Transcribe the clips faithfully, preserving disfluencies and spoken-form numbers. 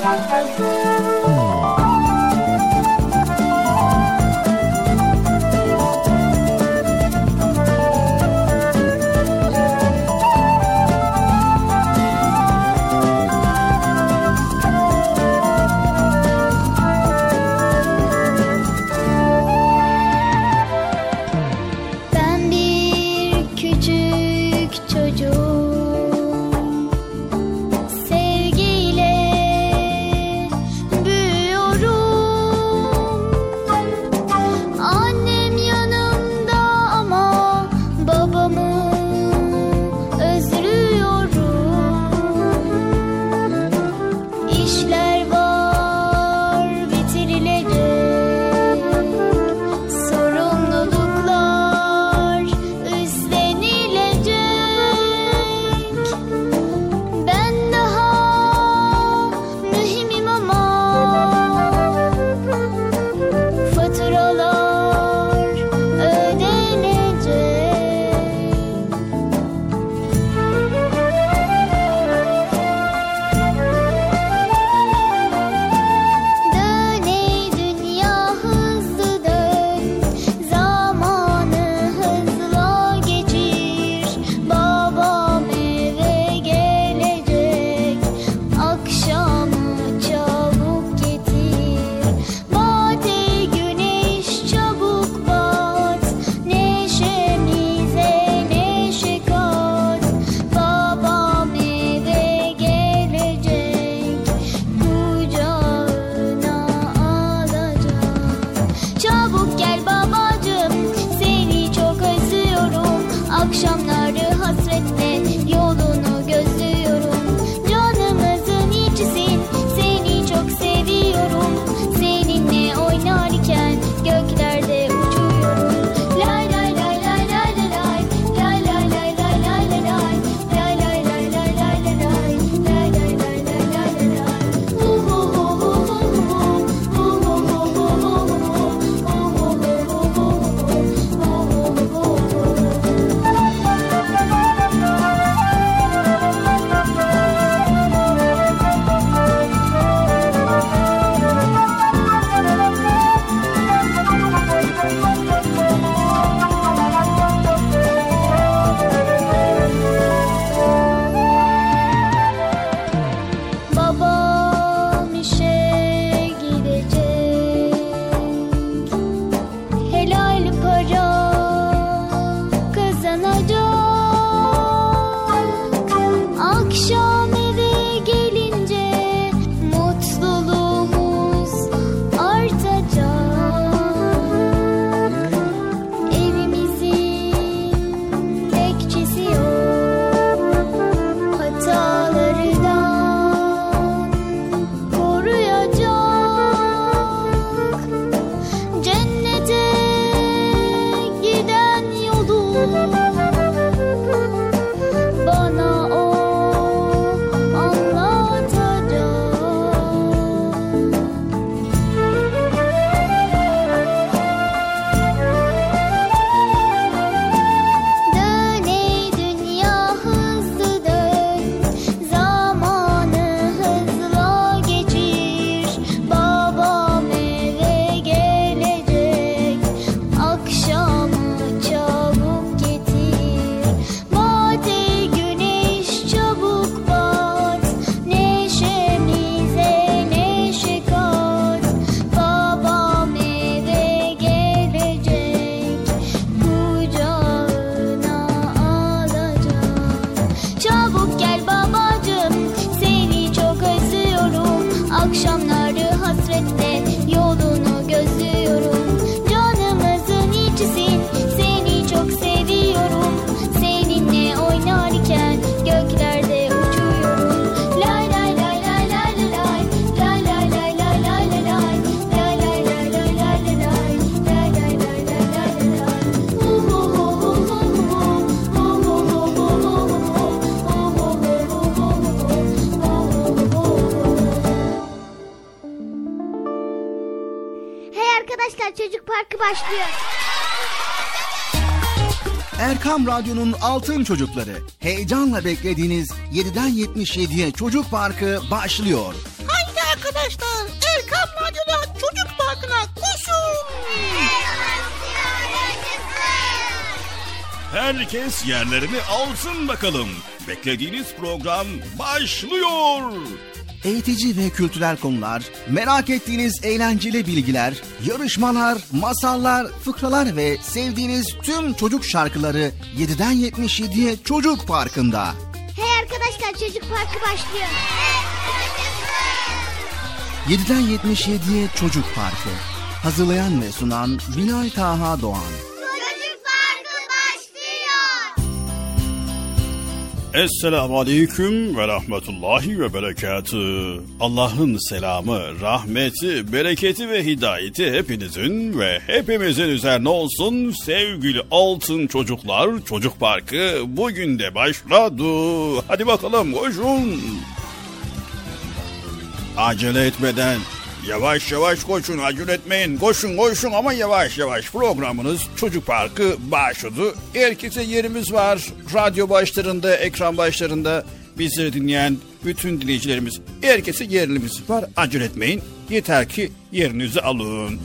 Çocuk Parkı başlıyor. Erkam Radyo'nun Altın Çocukları. Heyecanla beklediğiniz yediden yetmiş yediye Çocuk Parkı başlıyor. Hangi arkadaşlar, Erkam Radyo'da Çocuk Parkı'na koşun. Herkes yerlerini alsın bakalım. Beklediğiniz program başlıyor. Eğitici ve kültürel konular, merak ettiğiniz eğlenceli bilgiler, yarışmalar, masallar, fıkralar ve sevdiğiniz tüm çocuk şarkıları yediden yetmiş yediye Çocuk Parkı'nda. Hey arkadaşlar, Çocuk Parkı başlıyor. yediden yetmiş yediye Çocuk Parkı. Hazırlayan ve sunan Binay Taha Doğan. Çocuk Parkı başlıyor. Esselamu Aleyküm ve Rahmetullahi ve Berekatü. Allah'ın selamı, rahmeti, bereketi ve hidayeti hepinizin ve hepimizin üzerine olsun sevgili altın çocuklar. Çocuk Parkı bugün de başladı. Hadi bakalım koşun. Acele etmeden yavaş yavaş koşun, acele etmeyin. Koşun koşun ama yavaş yavaş. Programınız Çocuk Parkı başladı. Herkese yerimiz var. Radyo başlarında, ekran başlarında bizi dinleyen bütün dinleyicilerimiz. Herkese yerimiz var. Acele etmeyin. Yeter ki yerinizi alın.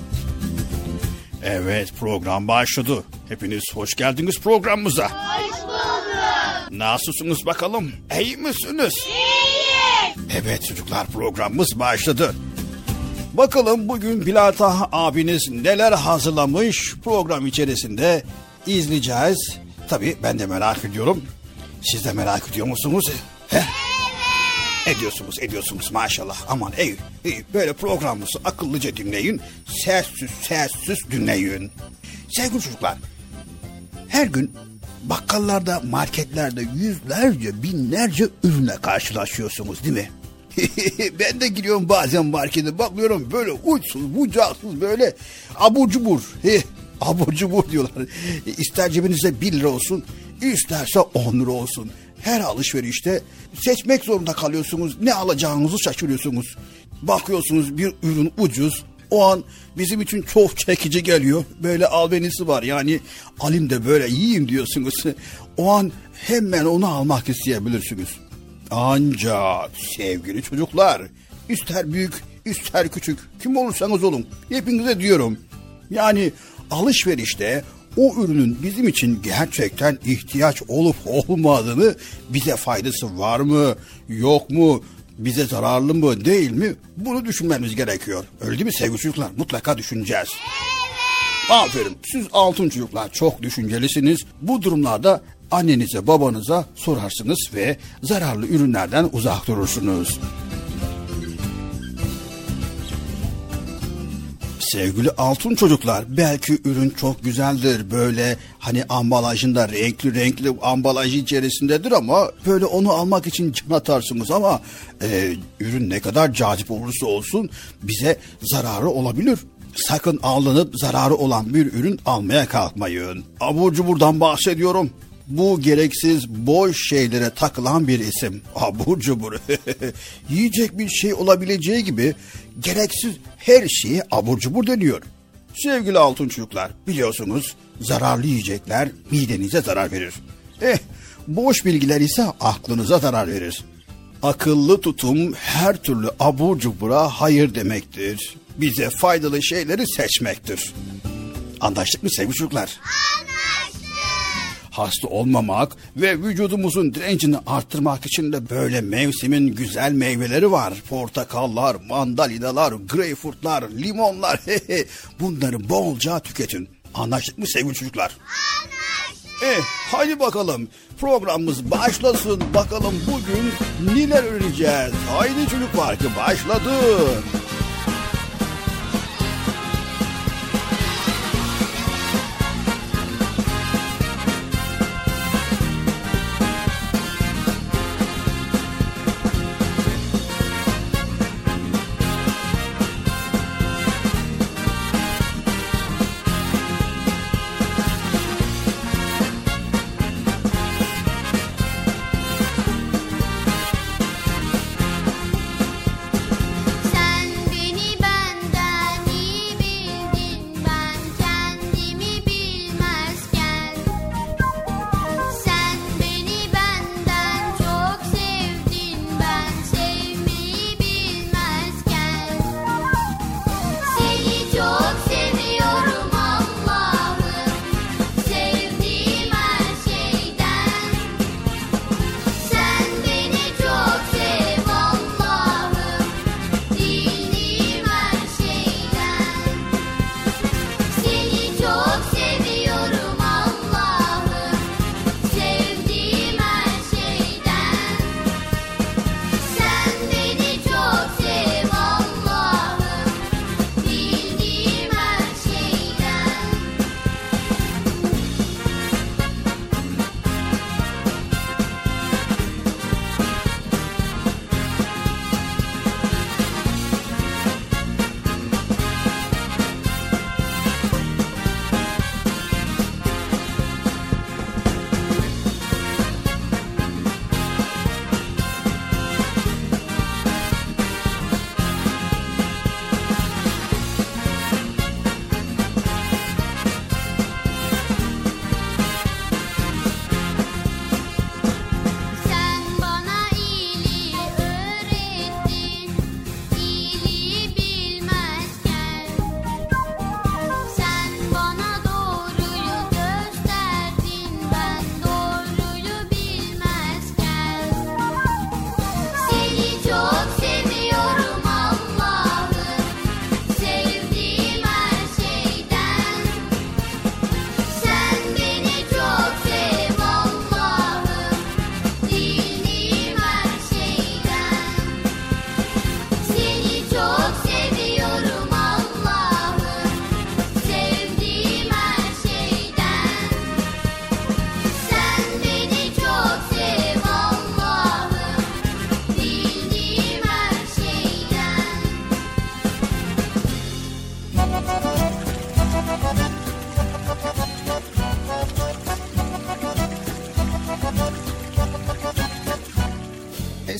Evet, program başladı. Hepiniz hoş geldiniz programımıza. Hoş bulduk. Nasılsınız bakalım? İyi misiniz? İyi. Evet çocuklar, programımız başladı. Bakalım bugün Bilal Taha abiniz neler hazırlamış program içerisinde izleyeceğiz. Tabii ben de merak ediyorum. Siz de merak ediyor musunuz? He? Evet. Ediyorsunuz, ediyorsunuz maşallah. Aman iyi, iyi. Böyle programımızı akıllıca dinleyin. Sessiz, sessiz dinleyin. Sevgili çocuklar, her gün bakkallarda, marketlerde yüzlerce, binlerce ürünle karşılaşıyorsunuz değil mi? Ben de gidiyorum bazen markete, bakıyorum böyle uçsuz bucaksız böyle abur cubur. Abur cubur diyorlar. İster cebinizde bir lira olsun, isterse on lira olsun. Her alışverişte seçmek zorunda kalıyorsunuz. Ne alacağınızı şaşırıyorsunuz. Bakıyorsunuz bir ürün ucuz. O an bizim için çok çekici geliyor. Böyle albenisi var, yani alayım da böyle yiyeyim diyorsunuz. O an hemen onu almak isteyebilirsiniz. Ancak sevgili çocuklar, ister büyük ister küçük, kim olursanız olun, hepinize diyorum. Yani alışverişte o ürünün bizim için gerçekten ihtiyaç olup olmadığını, bize faydası var mı yok mu, bize zararlı mı değil mi, bunu düşünmemiz gerekiyor. Öyle değil mi sevgili çocuklar? Mutlaka düşüneceğiz. Evet. Aferin, siz altın çocuklar çok düşüncelisiniz. Bu durumlarda annenize babanıza sorarsınız ve zararlı ürünlerden uzak durursunuz. Sevgili altın çocuklar, belki ürün çok güzeldir, böyle hani ambalajında renkli renkli ambalajı içerisindedir ama böyle onu almak için can atarsınız ama e, ürün ne kadar cazip olursa olsun bize zararı olabilir. Sakın aldanıp zararı olan bir ürün almaya kalkmayın. Abur cuburdan bahsediyorum. Bu gereksiz boş şeylere takılan bir isim. Abur cubur. Yiyecek bir şey olabileceği gibi gereksiz her şeye abur cubur deniyor. Sevgili altın çocuklar, biliyorsunuz zararlı yiyecekler midenize zarar verir. Eh, boş bilgiler ise aklınıza zarar verir. Akıllı tutum her türlü abur cubura hayır demektir. Bize faydalı şeyleri seçmektir. Anlaştık mı sevgili çocuklar? Hasta olmamak ve vücudumuzun direncini arttırmak için de böyle mevsimin güzel meyveleri var. Portakallar, mandalinalar, greyfurtlar, limonlar. Bunları bolca tüketin. Anlaştık mı sevgili çocuklar? Anlaştık. Eh, hadi bakalım programımız başlasın. Bakalım bugün neler öğreneceğiz. Haydi Çocuk Parkı başladı. Sen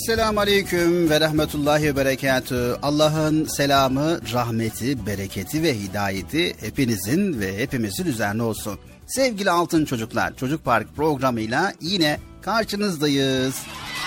Esselamu Aleyküm ve Rahmetullahi ve Berekatü. Allah'ın selamı, rahmeti, bereketi ve hidayeti hepinizin ve hepimizin üzerine olsun. Sevgili altın çocuklar, Çocuk Park programıyla yine karşınızdayız.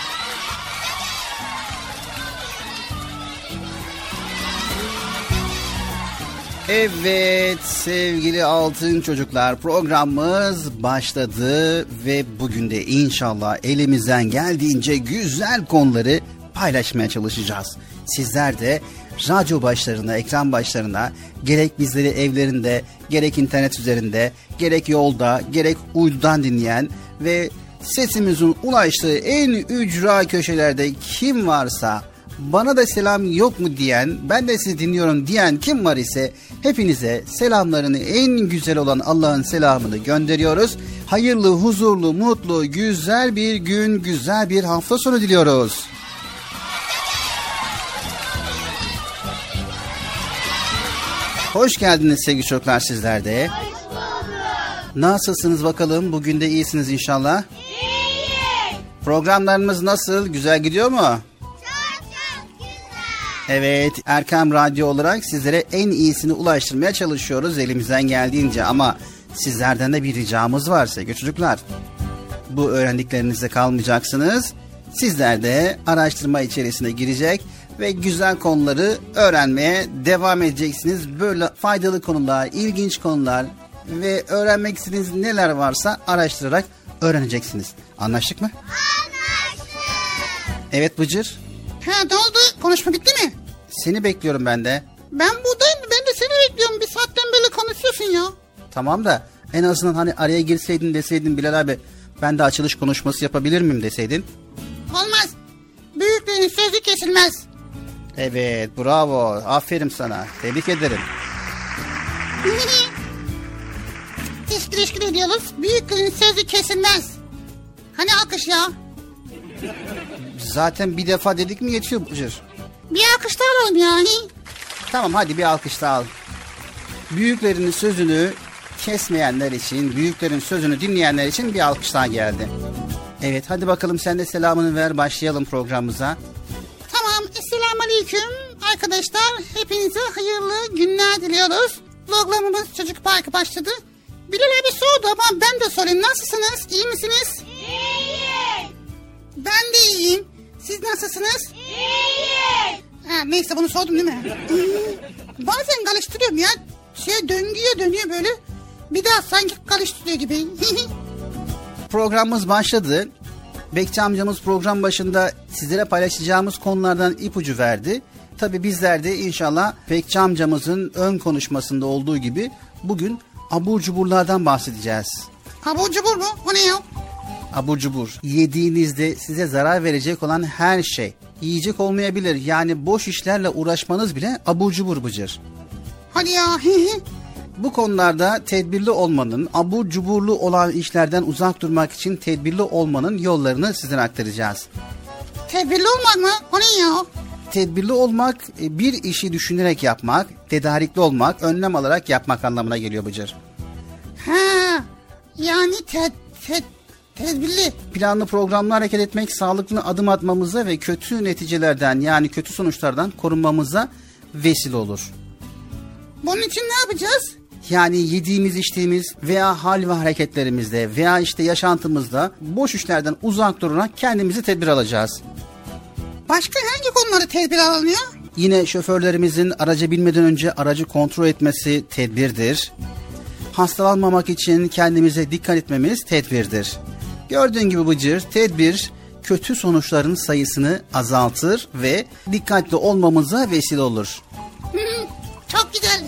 Evet sevgili altın çocuklar, programımız başladı ve bugün de inşallah elimizden geldiğince güzel konuları paylaşmaya çalışacağız. Sizler de radyo başlarına, ekran başlarına, gerek bizleri evlerinde, gerek internet üzerinde, gerek yolda, gerek uydudan dinleyen ve sesimizin ulaştığı en ücra köşelerde kim varsa, bana da selam yok mu diyen, ben de sizi dinliyorum diyen kim var ise hepinize selamlarını, en güzel olan Allah'ın selamını gönderiyoruz. Hayırlı, huzurlu, mutlu, güzel bir gün, güzel bir hafta sonu diliyoruz. Hoş geldiniz sevgili çocuklar, sizler de. Hoş bulduk. Nasılsınız bakalım? Bugün de iyisiniz inşallah. İyi. Programlarımız nasıl? Güzel gidiyor mu? Çok çok güzel. Evet, Erkam Radyo olarak sizlere en iyisini ulaştırmaya çalışıyoruz elimizden geldiğince. Ama sizlerden de bir ricamız var sevgili çocuklar. Bu öğrendiklerinizde kalmayacaksınız. Sizler de araştırma içerisine girecek ve güzel konuları öğrenmeye devam edeceksiniz. Böyle faydalı konular, ilginç konular ve öğrenmek istediğiniz neler varsa araştırarak öğreneceksiniz. Anlaştık mı? Anlaştık. Evet Bıcır. Ha, ne oldu? Konuşma bitti mi? Seni bekliyorum ben de. Ben buradayım. Ben de seni bekliyorum. Bir saatten beri konuşuyorsun ya. Tamam da en azından hani araya girseydin deseydin Bilal abi, ben de açılış konuşması yapabilir miyim deseydin. Olmaz. Büyüklerin sözü kesilmez. Evet, bravo, aferin sana, tebrik ederim. İlişki ediyoruz. Büyüklerin sözü kesilmez. Hani alkış ya? Zaten bir defa dedik mi yetiyor Bıcır. Bir alkış daha alalım yani. Tamam, hadi bir alkış daha al. Büyüklerin sözünü kesmeyenler için, büyüklerin sözünü dinleyenler için bir alkış daha geldi. Evet, hadi bakalım sen de selamını ver, başlayalım programımıza. Tamam. Esselamu Aleyküm. Arkadaşlar hepinize hayırlı günler diliyoruz. Programımız Çocuk Parkı başladı. Bilal abi sordu ama ben de sorayım. Nasılsınız? İyi misiniz? İyi. Ben de iyiyim. Siz nasılsınız? İyi. Ha, neyse bunu sordum değil mi? Bazen karıştırıyorum ya. Şey döngüye dönüyor böyle. Bir daha sanki karıştırıyor gibi. Programımız başladı. Bekçi amcamız program başında sizlere paylaşacağımız konulardan ipucu verdi. Tabii bizler de inşallah Bekçi amcamızın ön konuşmasında olduğu gibi bugün abur cuburlardan bahsedeceğiz. Abur cubur mu? O ne ya? Abur cubur, yediğinizde size zarar verecek olan her şey. Yiyecek olmayabilir, yani boş işlerle uğraşmanız bile abur cubur Bıcır. Hadi ya. Bu konularda tedbirli olmanın, abur cuburlu olan işlerden uzak durmak için tedbirli olmanın yollarını size aktaracağız. Tedbirli olmak mı? O ne ya? Tedbirli olmak, bir işi düşünerek yapmak, tedarikli olmak, önlem alarak yapmak anlamına geliyor Bıcır. Ha, yani te, te, tedbirli. Planlı programlı hareket etmek, sağlıklı adım atmamıza ve kötü neticelerden, yani kötü sonuçlardan korunmamıza vesile olur. Bunun için ne yapacağız? Yani yediğimiz, içtiğimiz veya hal ve hareketlerimizde veya işte yaşantımızda boş işlerden uzak durarak kendimizi tedbir alacağız. Başka hangi konuları tedbir alınıyor? Yine şoförlerimizin araca binmeden önce aracı kontrol etmesi tedbirdir. Hastalanmamak için kendimize dikkat etmemiz tedbirdir. Gördüğün gibi Bıcır, tedbir kötü sonuçların sayısını azaltır ve dikkatli olmamıza vesile olur. Çok güzel.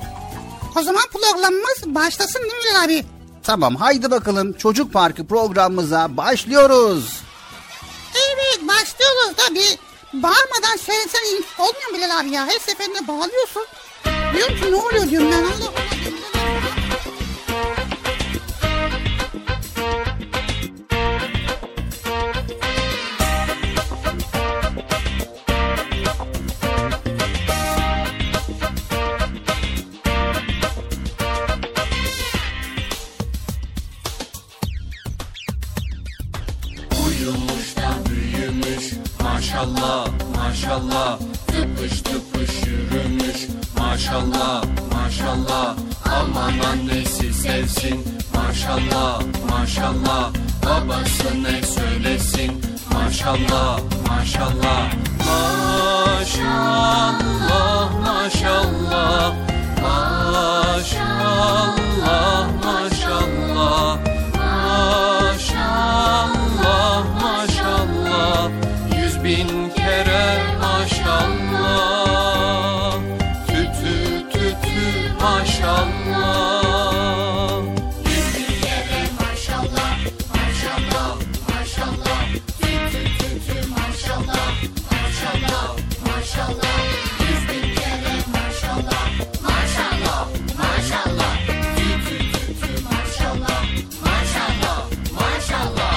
O zaman programımız başlasın değil mi Bilal abi? Tamam, haydi bakalım Çocuk Parkı programımıza başlıyoruz. Evet başlıyoruz da bir bağırmadan söylesen iyi olmuyor mu Bilal abi ya? Her seferinde bağırıyorsun. Diyorum ki ne oluyor diyorum ben. Allah Allah diyorum. Uyumuş da büyümüş maşallah. maşallah maşallah, tıpış tıpış yürümüş maşallah maşallah, aman annesi sevsin maşallah maşallah, babası ne söylesin maşallah maşallah, maşallah maşallah, maşallah maşallah, maşallah maşallah, yüz bin kere maşallah, tütü tütü maşallah. Yüz bin kere maşallah maşallah maşallah, tütü tütü maşallah maşallah maşallah, yüz bin kere maşallah maşallah maşallah, tütü tütü maşallah maşallah maşallah.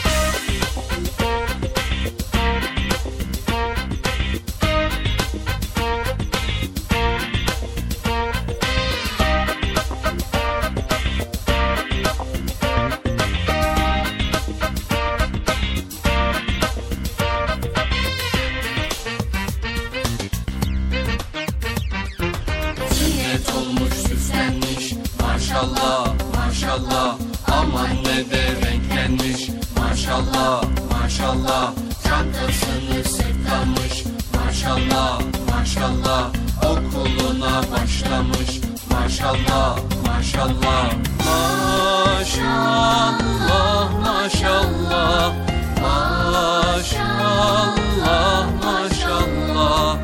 Sünnet olmuş süslenmiş maşallah maşallah, aman ne de renklenmiş maşallah maşallah, çantasını sırtlamış maşallah maşallah, okuluna başlamış maşallah maşallah, maşallah maşallah, maşallah maşallah,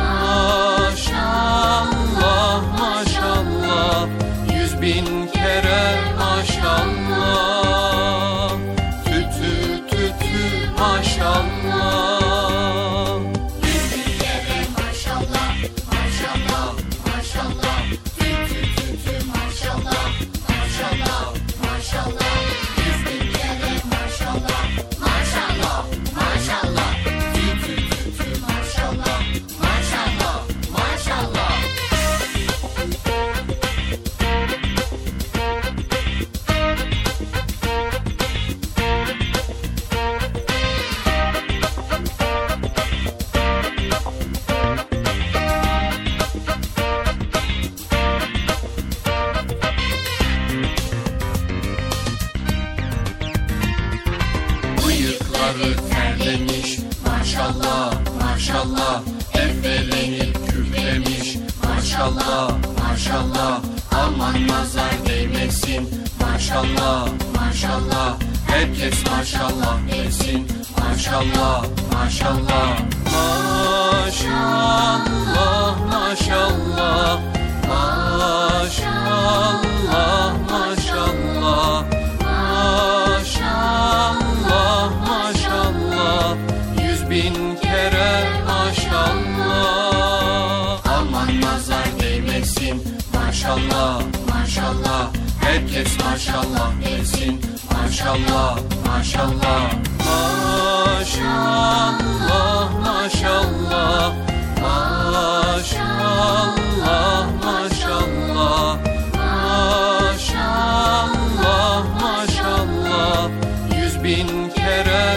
maşallah maşallah, yüz bin kere maşallah, tütü tütü maşallah. Yüz bin kere maşallah maşallah maşallah, tütü tütü maşallah maşallah maşallah, yüz bin kere maşallah maşallah maşallah, tütü tütü maşallah maşallah maşallah. Bıyıkları terlemiş maşallah maşallah, efelenip küflemiş maşallah maşallah, aman nazar değmesin maşallah maşallah, herkes maşallah desin maşallah maşallah, maşallah maşallah, maşallah maşallah, maşallah maşallah, yüz bin kere maşallah, aman nazar değmesin maşallah maşallah, herkes maşallah desin maşallah maşallah, maşallah maşallah, maşallah maşallah, maşallah maşallah, yüz bin kere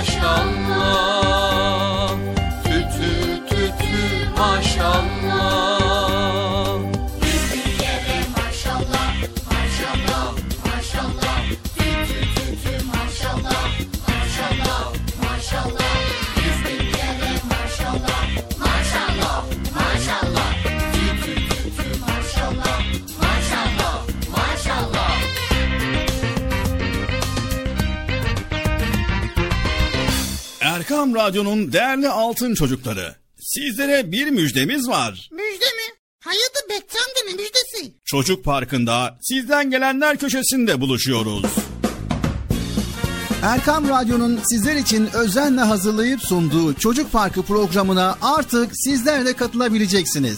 maşallah, tütü tütü maşallah. Yüz bin kere maşallah maşallah maşallah, tütü tütü maşallah maşallah maşallah, yüz bin kere maşallah maşallah maşallah, tütü tütü maşallah maşallah maşallah. Erkam Radyo'nun değerli altın çocukları, sizlere bir müjdemiz var. Müjde mi? Hayırdır Bekçam'da ne müjdesi? Çocuk Parkı'nda sizden gelenler köşesinde buluşuyoruz. Erkam Radyo'nun sizler için özenle hazırlayıp sunduğu Çocuk Parkı programına artık sizler de katılabileceksiniz.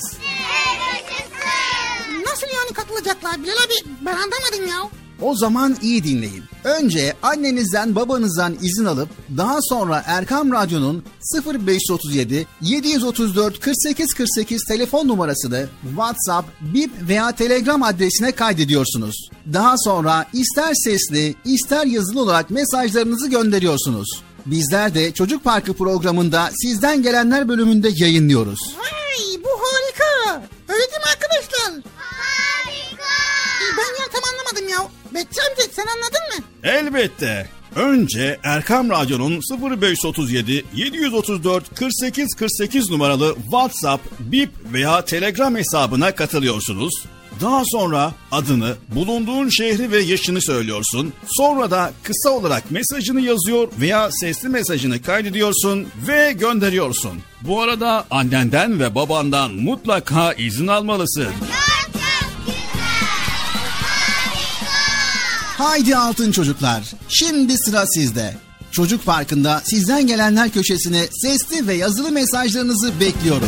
Nasıl yani katılacaklar Bilal abi? Ben anlamadım ya. O zaman iyi dinleyin. Önce annenizden babanızdan izin alıp daha sonra Erkam Radyo'nun sıfır beş otuz yedi yedi otuz dört kırk sekiz kırk sekiz telefon numarasını WhatsApp, Bip veya Telegram adresine kaydediyorsunuz. Daha sonra ister sesli ister yazılı olarak mesajlarınızı gönderiyorsunuz. Bizler de Çocuk Parkı programında Sizden Gelenler bölümünde yayınlıyoruz. Vay bu harika. Öyle değil mi arkadaşlar? Harika. Ben ya tam anlamadım ya. Betçi amca sen anladın mı? Elbette. Önce Erkam Radyo'nun sıfır beş otuz yedi yedi otuz dört kırk sekiz kırk sekiz numaralı WhatsApp, Bip veya Telegram hesabına katılıyorsunuz. Daha sonra adını, bulunduğun şehri ve yaşını söylüyorsun. Sonra da kısa olarak mesajını yazıyor veya sesli mesajını kaydediyorsun ve gönderiyorsun. Bu arada annenden ve babandan mutlaka izin almalısın. Çok çok güzel. Harika. Haydi altın çocuklar, şimdi sıra sizde. Çocuk Parkı'nda Sizden Gelenler köşesine sesli ve yazılı mesajlarınızı bekliyoruz.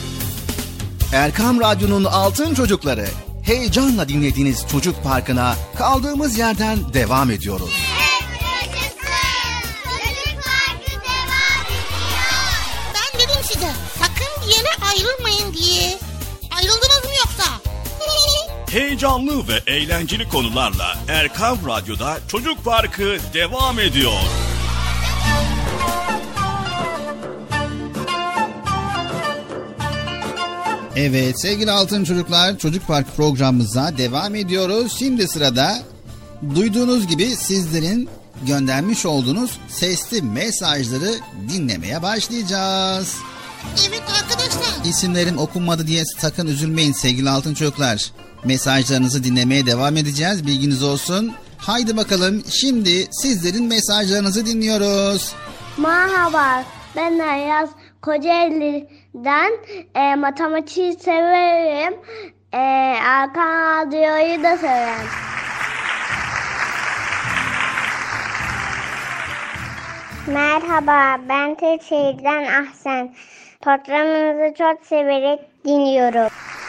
Erkam Radyo'nun altın çocukları, heyecanla dinlediğiniz Çocuk Parkı'na kaldığımız yerden devam ediyoruz. Hep yaşasın. Çocuk Parkı devam ediyor. Ben dedim size sakın bir yere ayrılmayın diye. Ayrıldınız mı yoksa? Heyecanlı ve eğlenceli konularla Erkam Radyo'da Çocuk Parkı devam ediyor. Evet sevgili altın çocuklar, Çocuk Park programımıza devam ediyoruz. Şimdi sırada duyduğunuz gibi sizlerin göndermiş olduğunuz sesli mesajları dinlemeye başlayacağız. Evet arkadaşlar. İsimlerim okunmadı diye sakın üzülmeyin sevgili altın çocuklar. Mesajlarınızı dinlemeye devam edeceğiz, bilginiz olsun. Haydi bakalım, şimdi sizlerin mesajlarınızı dinliyoruz. Merhaba, ben Ayaz Kocaeli'den. E, matematiği severim. E, Erkan Radyo'yu da severim. Merhaba, ben Türkiye'den Ahsen. Programınızı çok severek dinliyorum.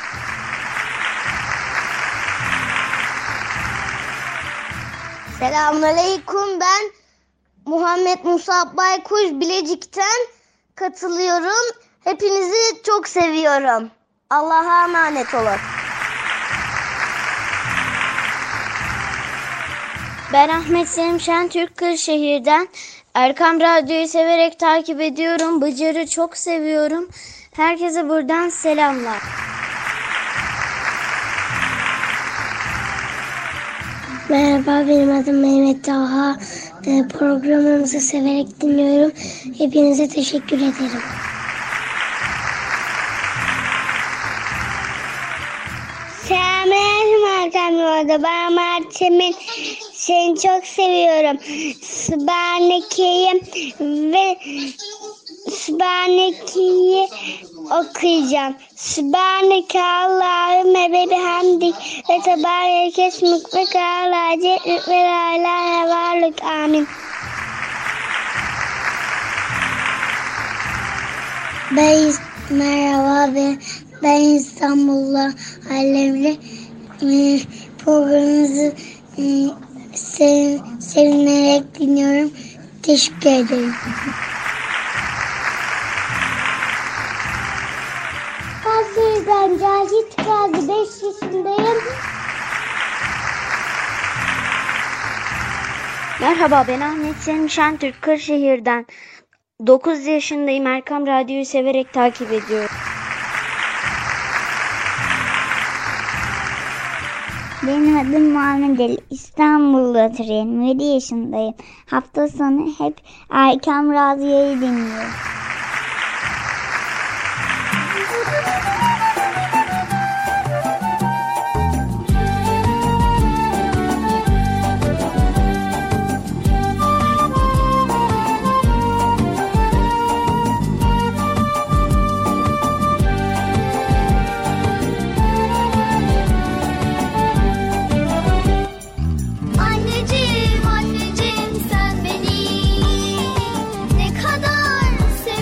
Selamünaleyküm, ben Muhammed Musa Baykuş Bilecik'ten katılıyorum. Hepinizi çok seviyorum. Allah'a emanet olun. Ben Ahmet Selim Şentürk Kırşehir'den. Erkam Radyo'yu severek takip ediyorum. Bıcır'ı çok seviyorum. Herkese buradan selamlar. Merhaba, benim adım Mehmet Taha. Ee, programımızı severek dinliyorum. Hepinize teşekkür ederim. Selamünaleyküm Erkan Radyo. Ben Mert Emin. Seni çok seviyorum. Sübhaneke'yi ve Sübhaneke'yi okuyacağım. Sübhaneke Allahümme ve bihamdik ve tebareke esmük ve kâlâ ce'lük ve lâ ilâhe varlık. Amin. Ben merhaba ve ben İstanbul'da Alemli. Programınızı sev, sevinerek dinliyorum. Teşekkür ederim. Ben Cahit Gazi, beş yaşındayım. Merhaba, ben Ahmet Selim Şentürk Kırşehir'den. dokuz yaşındayım. Erkam Radyo'yu severek takip ediyorum. Benim adım Muhammed Ali. İstanbul'da oturuyorum. yedi yaşındayım. Hafta sonu hep Erkam Radyo'yu dinliyorum. Anneciğim, anneciğim sen beni ne kadar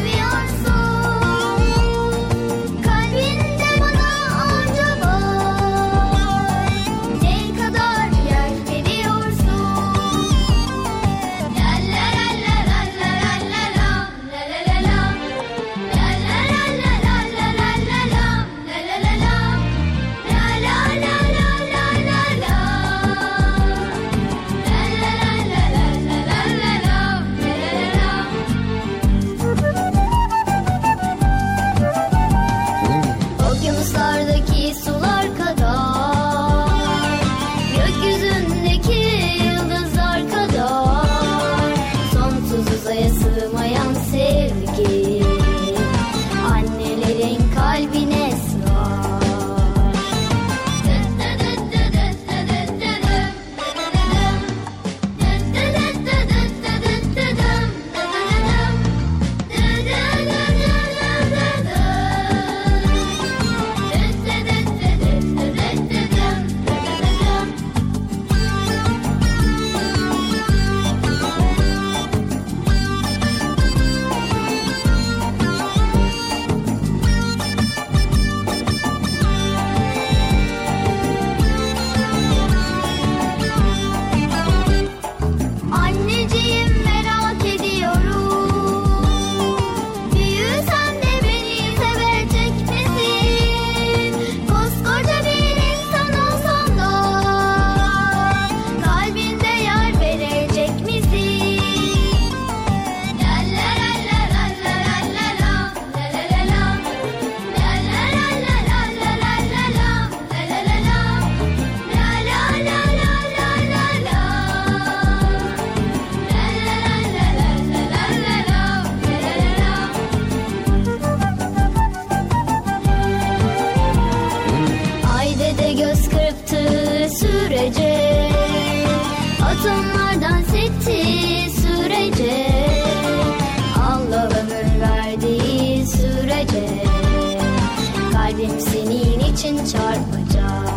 onlar dans etti sürece, Allah ömür verdiği sürece, kalbim senin için çarpacak.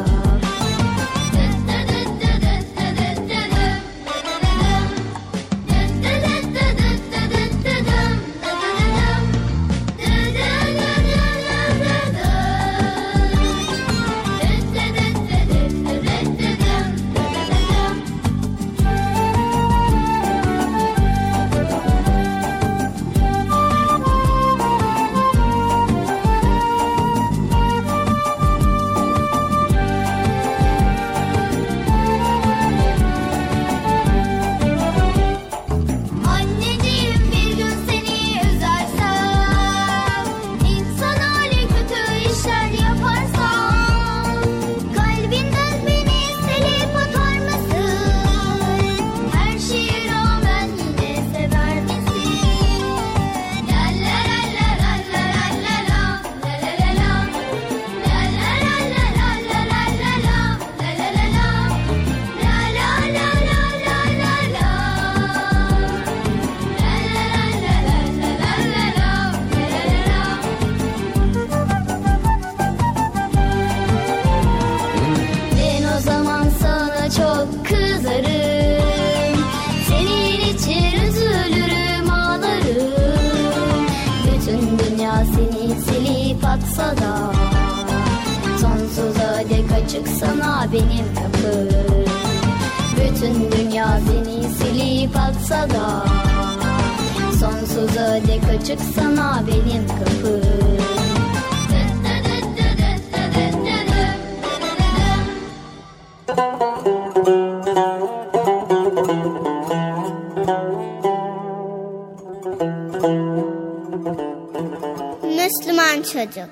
Atsa da sonsuza dek açık sana benim kapım. Bütün dünya seni silip atsa da sonsuza dek açık sana benim kapım. Müslüman çocuk.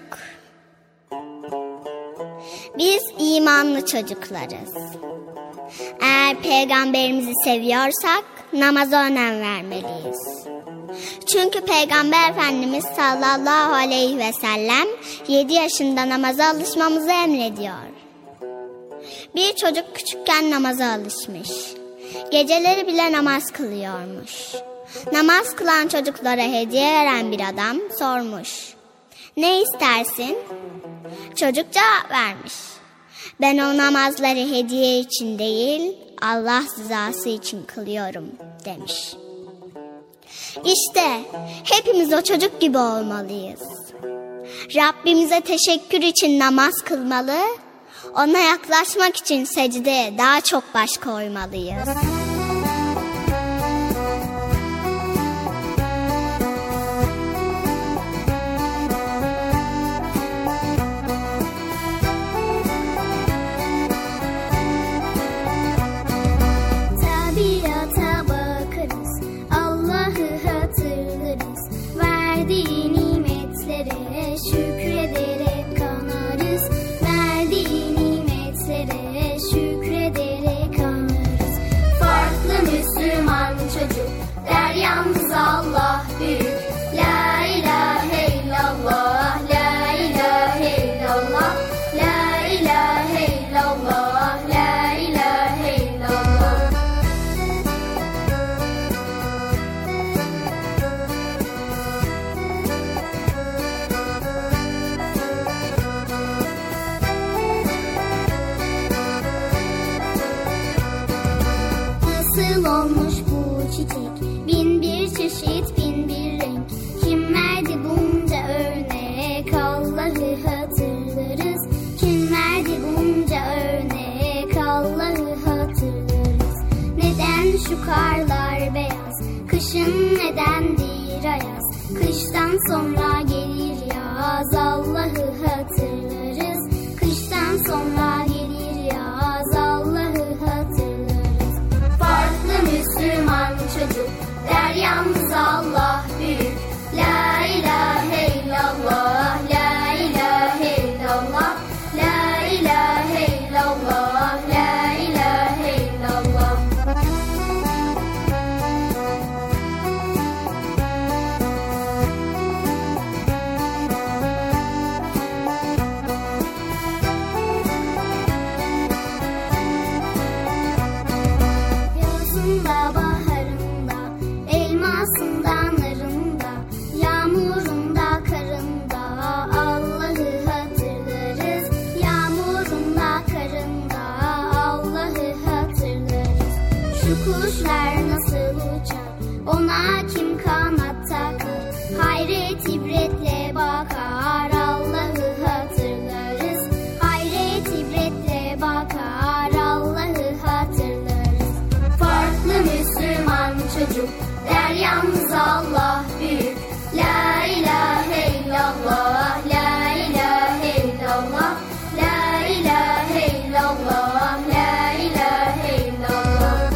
Biz imanlı çocuklarız. Eğer peygamberimizi seviyorsak namaza önem vermeliyiz. Çünkü Peygamber Efendimiz sallallahu aleyhi ve sellem yedi yaşında namaza alışmamızı emrediyor. Bir çocuk küçükken namaza alışmış. Geceleri bile namaz kılıyormuş. Namaz kılan çocuklara hediye veren bir adam sormuş. Ne istersin? Çocuk cevap vermiş. Ben o namazları hediye için değil, Allah rızası için kılıyorum demiş. İşte hepimiz o çocuk gibi olmalıyız. Rabbimize teşekkür için namaz kılmalı, ona yaklaşmak için secdeye daha çok baş koymalıyız. Allah büyük, la ilahe illallah, la ilahe illallah, la ilahe illallah, la ilahe illallah. Nasıl olmuş bu çiçek? Bin bir çeşit, bin bir renk. Kim verdi bunca örnek? Allah'ı hatırlarız. Kim verdi bunca örnek? Allah'ı hatırlarız. Neden şu karlar beyaz? Kışın nedendir ayaz? Kıştan sonra gelir yaz. Allah'ı hatırlarız. Kıştan sonra gelir yaz. Allah'ı hatırlarız. Farklı Müslüman çocuk der yalnız Allah büyük. La ilahe illallah, la ilahe illallah, la ilahe illallah, la ilahe illallah. Şu kuşlar nasıl uçar, ona kim kanat takar? Hayret ibretle bakar, Allah'ı hatırlarız. Hayret ibretle bakar, Allah'ı hatırlarız. Farklı Müslüman çocuk der yalnız Allah büyük. La ilahe illallah, la ilahe illallah, la ilahe illallah, la ilahe illallah.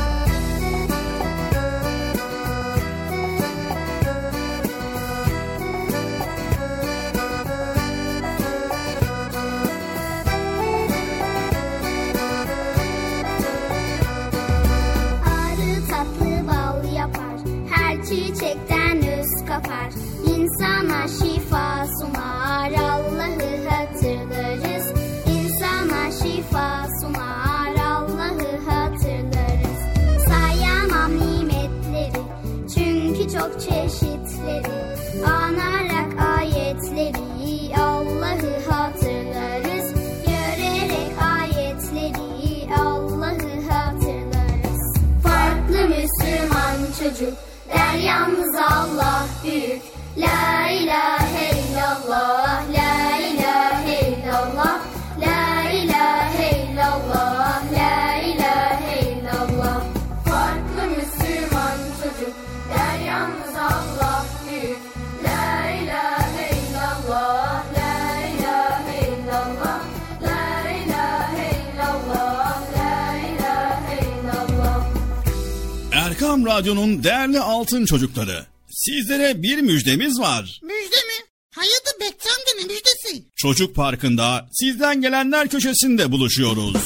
Arı tatlı bal yapar, her çiçekten öz kapar. İnsana şifa sunar, Allah'ı hatırlarız. İnsana şifa sunar, Allah'ı hatırlarız. Sayamam nimetleri, çünkü çok çeşitleri. Anarak ayetleri, Allah'ı hatırlarız. Görerek ayetleri, Allah'ı hatırlarız. Farklı Müslüman çocuk der yalnız Allah büyük. La ilahe illallah, la ilahe illallah, la ilahe illallah, la ilahe illallah. Farklı Müslüman çocuk der yalnız Allah büyük. La ilahe illallah, la ilahe illallah, la ilahe illallah, la ilahe illallah. Erkam Radyo'nun değerli altın çocukları, sizlere bir müjdemiz var. Müjde mi? Hayırdır Bekçi amca, ne müjdesi? Çocuk Parkı'nda sizden gelenler köşesinde buluşuyoruz.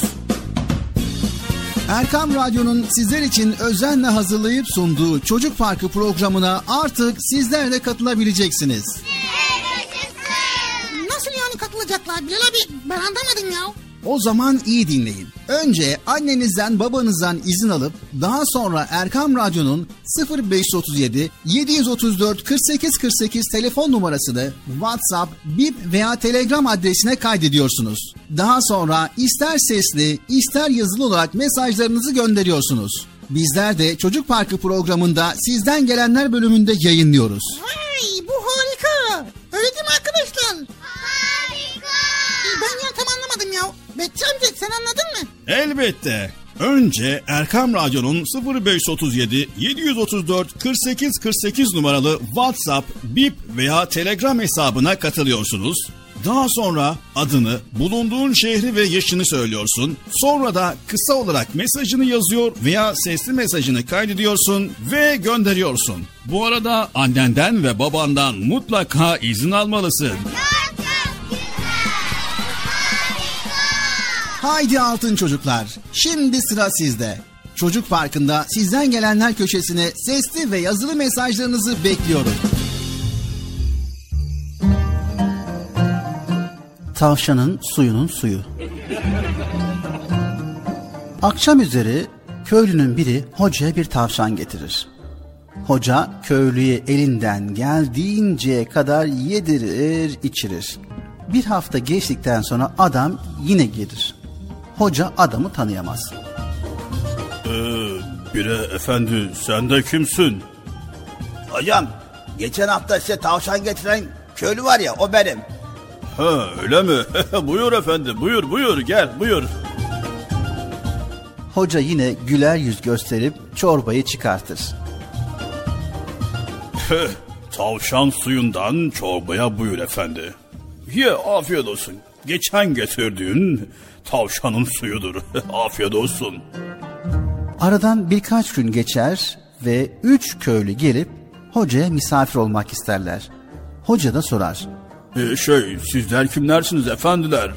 Erkam Radyo'nun sizler için özenle hazırlayıp sunduğu Çocuk Parkı programına artık sizler de katılabileceksiniz. Nasıl yani katılacaklar Bilal abi? Ben anlamadım ya. O zaman iyi dinleyin. Önce annenizden babanızdan izin alıp daha sonra Erkam Radyo'nun sıfır beş otuz yedi yedi otuz dört kırk sekiz kırk sekiz telefon numarasını WhatsApp, Bip veya Telegram adresine kaydediyorsunuz. Daha sonra ister sesli ister yazılı olarak mesajlarınızı gönderiyorsunuz. Bizler de Çocuk Parkı programında sizden gelenler bölümünde yayınlıyoruz. Vay, bu harika. Öyle değil mi arkadaşlar? Harika. Ben ya tam anlamadım ya. Bekçi amca sen anladın mı? Elbette. Önce Erkam Radyo'nun sıfır beş otuz yedi yedi otuz dört kırk sekiz kırk sekiz numaralı WhatsApp, Bip veya Telegram hesabına katılıyorsunuz. Daha sonra adını, bulunduğun şehri ve yaşını söylüyorsun. Sonra da kısa olarak mesajını yazıyor veya sesli mesajını kaydediyorsun ve gönderiyorsun. Bu arada annenden ve babandan mutlaka izin almalısın. Haydi altın çocuklar, şimdi sıra sizde. Çocuk Parkı'nda sizden gelenler köşesine sesli ve yazılı mesajlarınızı bekliyorum. Tavşanın suyunun suyu. Akşam üzeri köylünün biri hocaya bir tavşan getirir. Hoca köylüye elinden geldiğince kadar yedirir, içirir. Bir hafta geçtikten sonra adam yine gelir. Hoca adamı tanıyamaz. Ee, bire efendi, sen de kimsin? Hocam, geçen hafta size tavşan getiren köylü var ya, o benim. Ha, öyle mi? Buyur efendi, buyur buyur, gel buyur. Hoca yine güler yüz gösterip çorbayı çıkartır. Tavşan suyundan çorbaya buyur efendi. Ye, afiyet olsun. Geçen getirdiğin tavşanın suyudur. Afiyet olsun. Aradan birkaç gün geçer ve üç köylü gelip hocaya misafir olmak isterler. Hoca da sorar. Ee, şey, sizler kimlersiniz efendiler?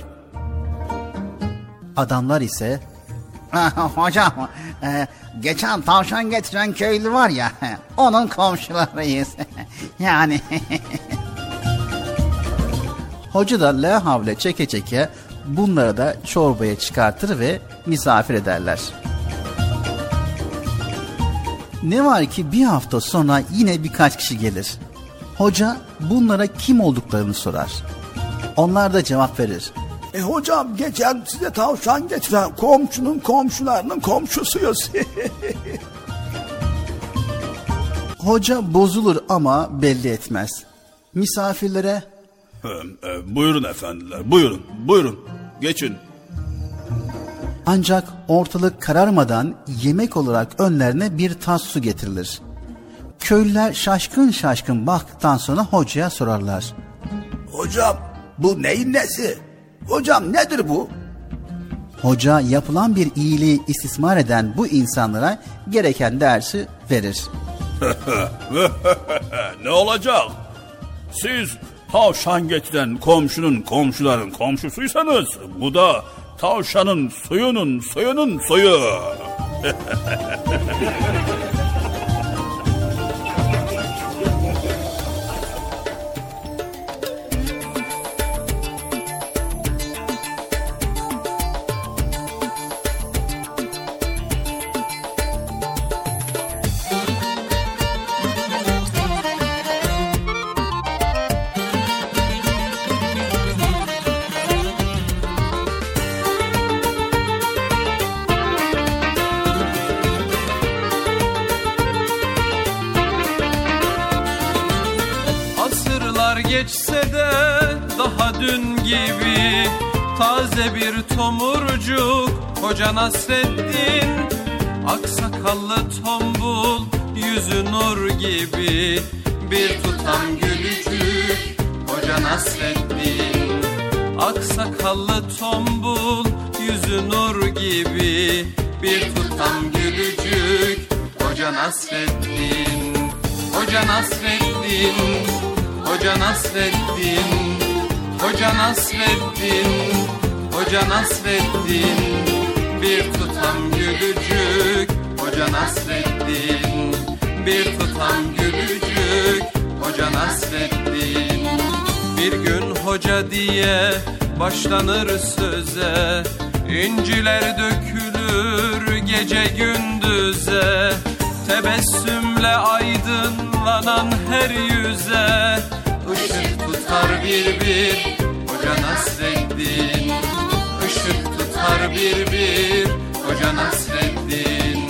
Adamlar ise hocam, e, geçen tavşan getiren köylü var ya, onun komşularıyız. Yani. Hoca da la havle çeke çeke bunları da çorbaya çıkartır ve misafir ederler. Ne var ki bir hafta sonra yine birkaç kişi gelir. Hoca bunlara kim olduklarını sorar. Onlar da cevap verir. E hocam geçen size tavşan getiren komşunun komşularının komşusuyuz. Hoca bozulur ama belli etmez. Misafirlere e, e, buyurun efendiler, buyurun, buyurun, geçin. Ancak ortalık kararmadan yemek olarak önlerine bir tas su getirilir. Köylüler şaşkın şaşkın baktıktan sonra hocaya sorarlar. Hocam bu neyin nesi? Hocam nedir bu? Hoca yapılan bir iyiliği istismar eden bu insanlara gereken dersi verir. Ne olacak? Siz tavşan getiren komşunun komşuların komşusuysanız bu da tavşanın suyunun suyunun suyu. Geçse de daha dün gibi taze bir tomurcuk Hoca Nasreddin, aksakallı tombul yüzü nur gibi bir tutam gülücük Hoca Nasreddin, aksakallı tombul yüzü nur gibi bir tutam gülücük Hoca Nasreddin, Hoca Nasreddin, Hoca Nasreddin, Hoca Nasreddin, Hoca Nasreddin, bir tutam gülücük Hoca Nasreddin, bir tutam gülücük Hoca Nasreddin. Bir gün hoca diye başlanır söze, inciler dökülür gece gündüze, tebessümle aydınlanan her yüze ışık tutar bir bir Hoca Nasreddin, ışık tutar bir bir Hoca Nasreddin.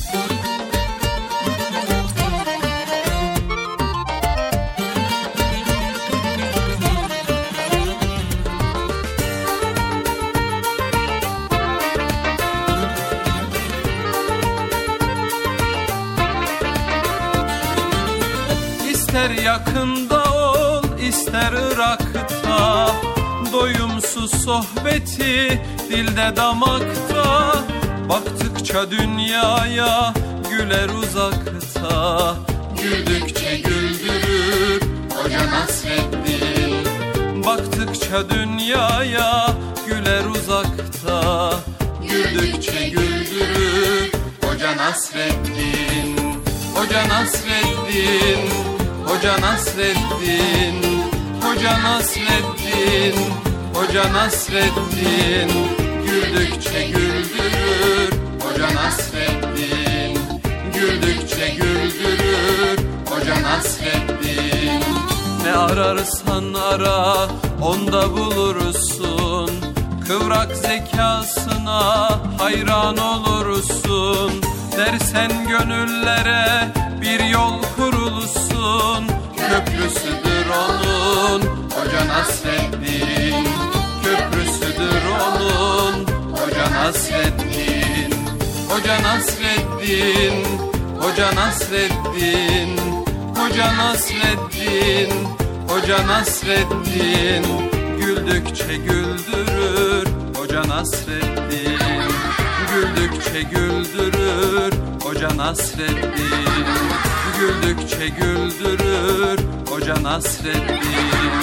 İster yakında ol, ister Irak'ta, doyumsuz sohbeti dilde damakta, baktıkça dünyaya güler uzakta, güldükçe güldürür Hoca Nasreddin, baktıkça dünyaya güler uzakta, güldükçe güldürür Hoca Nasreddin, Hoca Nasreddin, Hoca Nasreddin, Hoca Nasreddin, Hoca Nasreddin, güldükçe güldürür Hoca Nasreddin, güldükçe güldürür Hoca Nasreddin. Ne ararsan ara onda bulursun, kıvrak zekasına hayran olursun, dersen gönüllere bir yol kurulsun, köprüsüdür onun Hoca Nasreddin, köprüsüdür onun Hoca Nasreddin, Hoca Nasreddin, Hoca Nasreddin, Hoca Nasreddin, Hoca Nasreddin, güldükçe güldürür Hoca Nasreddin, güldükçe güldürür Hoca Nasreddin, güldükçe güldürür Hoca Nasreddin.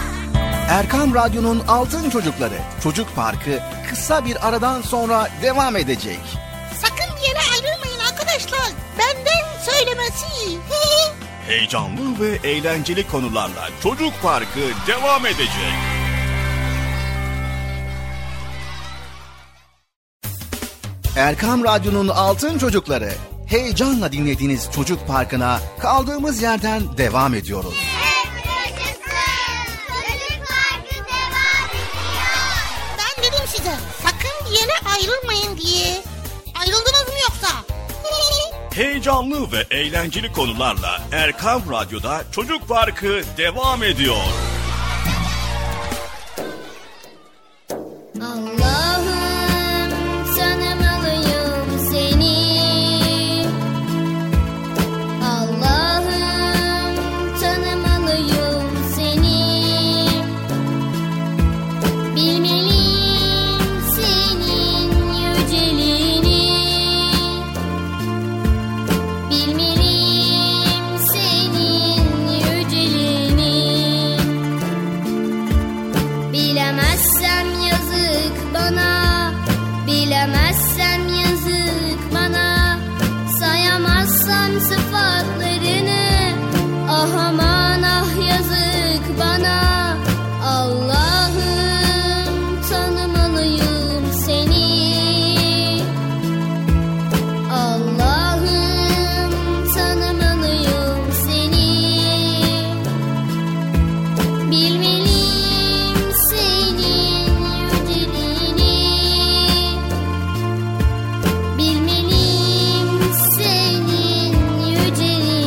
Erkam Radyo'nun Altın Çocukları Çocuk Parkı kısa bir aradan sonra devam edecek. Sakın bir yere ayrılmayın arkadaşlar. Benden söylemesi. Heyecanlı ve eğlenceli konularla Çocuk Parkı devam edecek. Erkam Radyo'nun Altın Çocukları, heyecanla dinlediğiniz Çocuk Parkı'na kaldığımız yerden devam ediyoruz. Heyecanlı ve eğlenceli konularla Erkam Radyo'da Çocuk Parkı devam ediyor. Allah'ım tanımalıyım seni. Allah'ım tanımalıyım seni. Bilmeliyim senin yüceliğini. Bilmeliyim senin yüceliğini. Bilemezsem yazık bana, bilemezsem yazık bana. Sayamazsam sıfatlarını, ah aman ah yazık bana. Allah'ım tanımalıyım seni. Allah'ım tanımalıyım seni. Bilmeliyim senin yüceliğini. Bilmeliyim senin yüceliğini.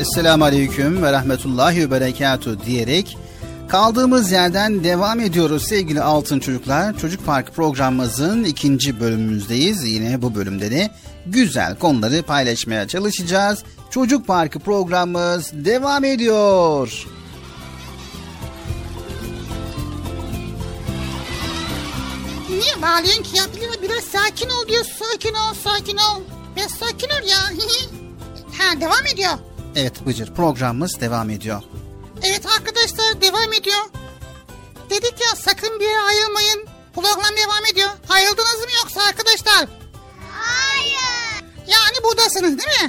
Esselamu Aleyküm ve Rahmetullahi ve Berekatuhu diyerek kaldığımız yerden devam ediyoruz sevgili altın çocuklar. Çocuk Parkı programımızın ikinci bölümümüzdeyiz. Yine bu bölümde de güzel konuları paylaşmaya çalışacağız. Çocuk Parkı programımız devam ediyor. Niye bağırıyorsun ki ya? Biraz, biraz sakin ol diyor. Sakin ol, sakin ol. Biraz sakin ol ya. Ha, devam ediyor. Evet Bıcır, programımız devam ediyor. Evet arkadaşlar, devam ediyor. Dedik ya, sakın bir yere ayrılmayın. Program devam ediyor. Ayrıldınız mı yoksa arkadaşlar? Hayır. Yani buradasınız değil mi?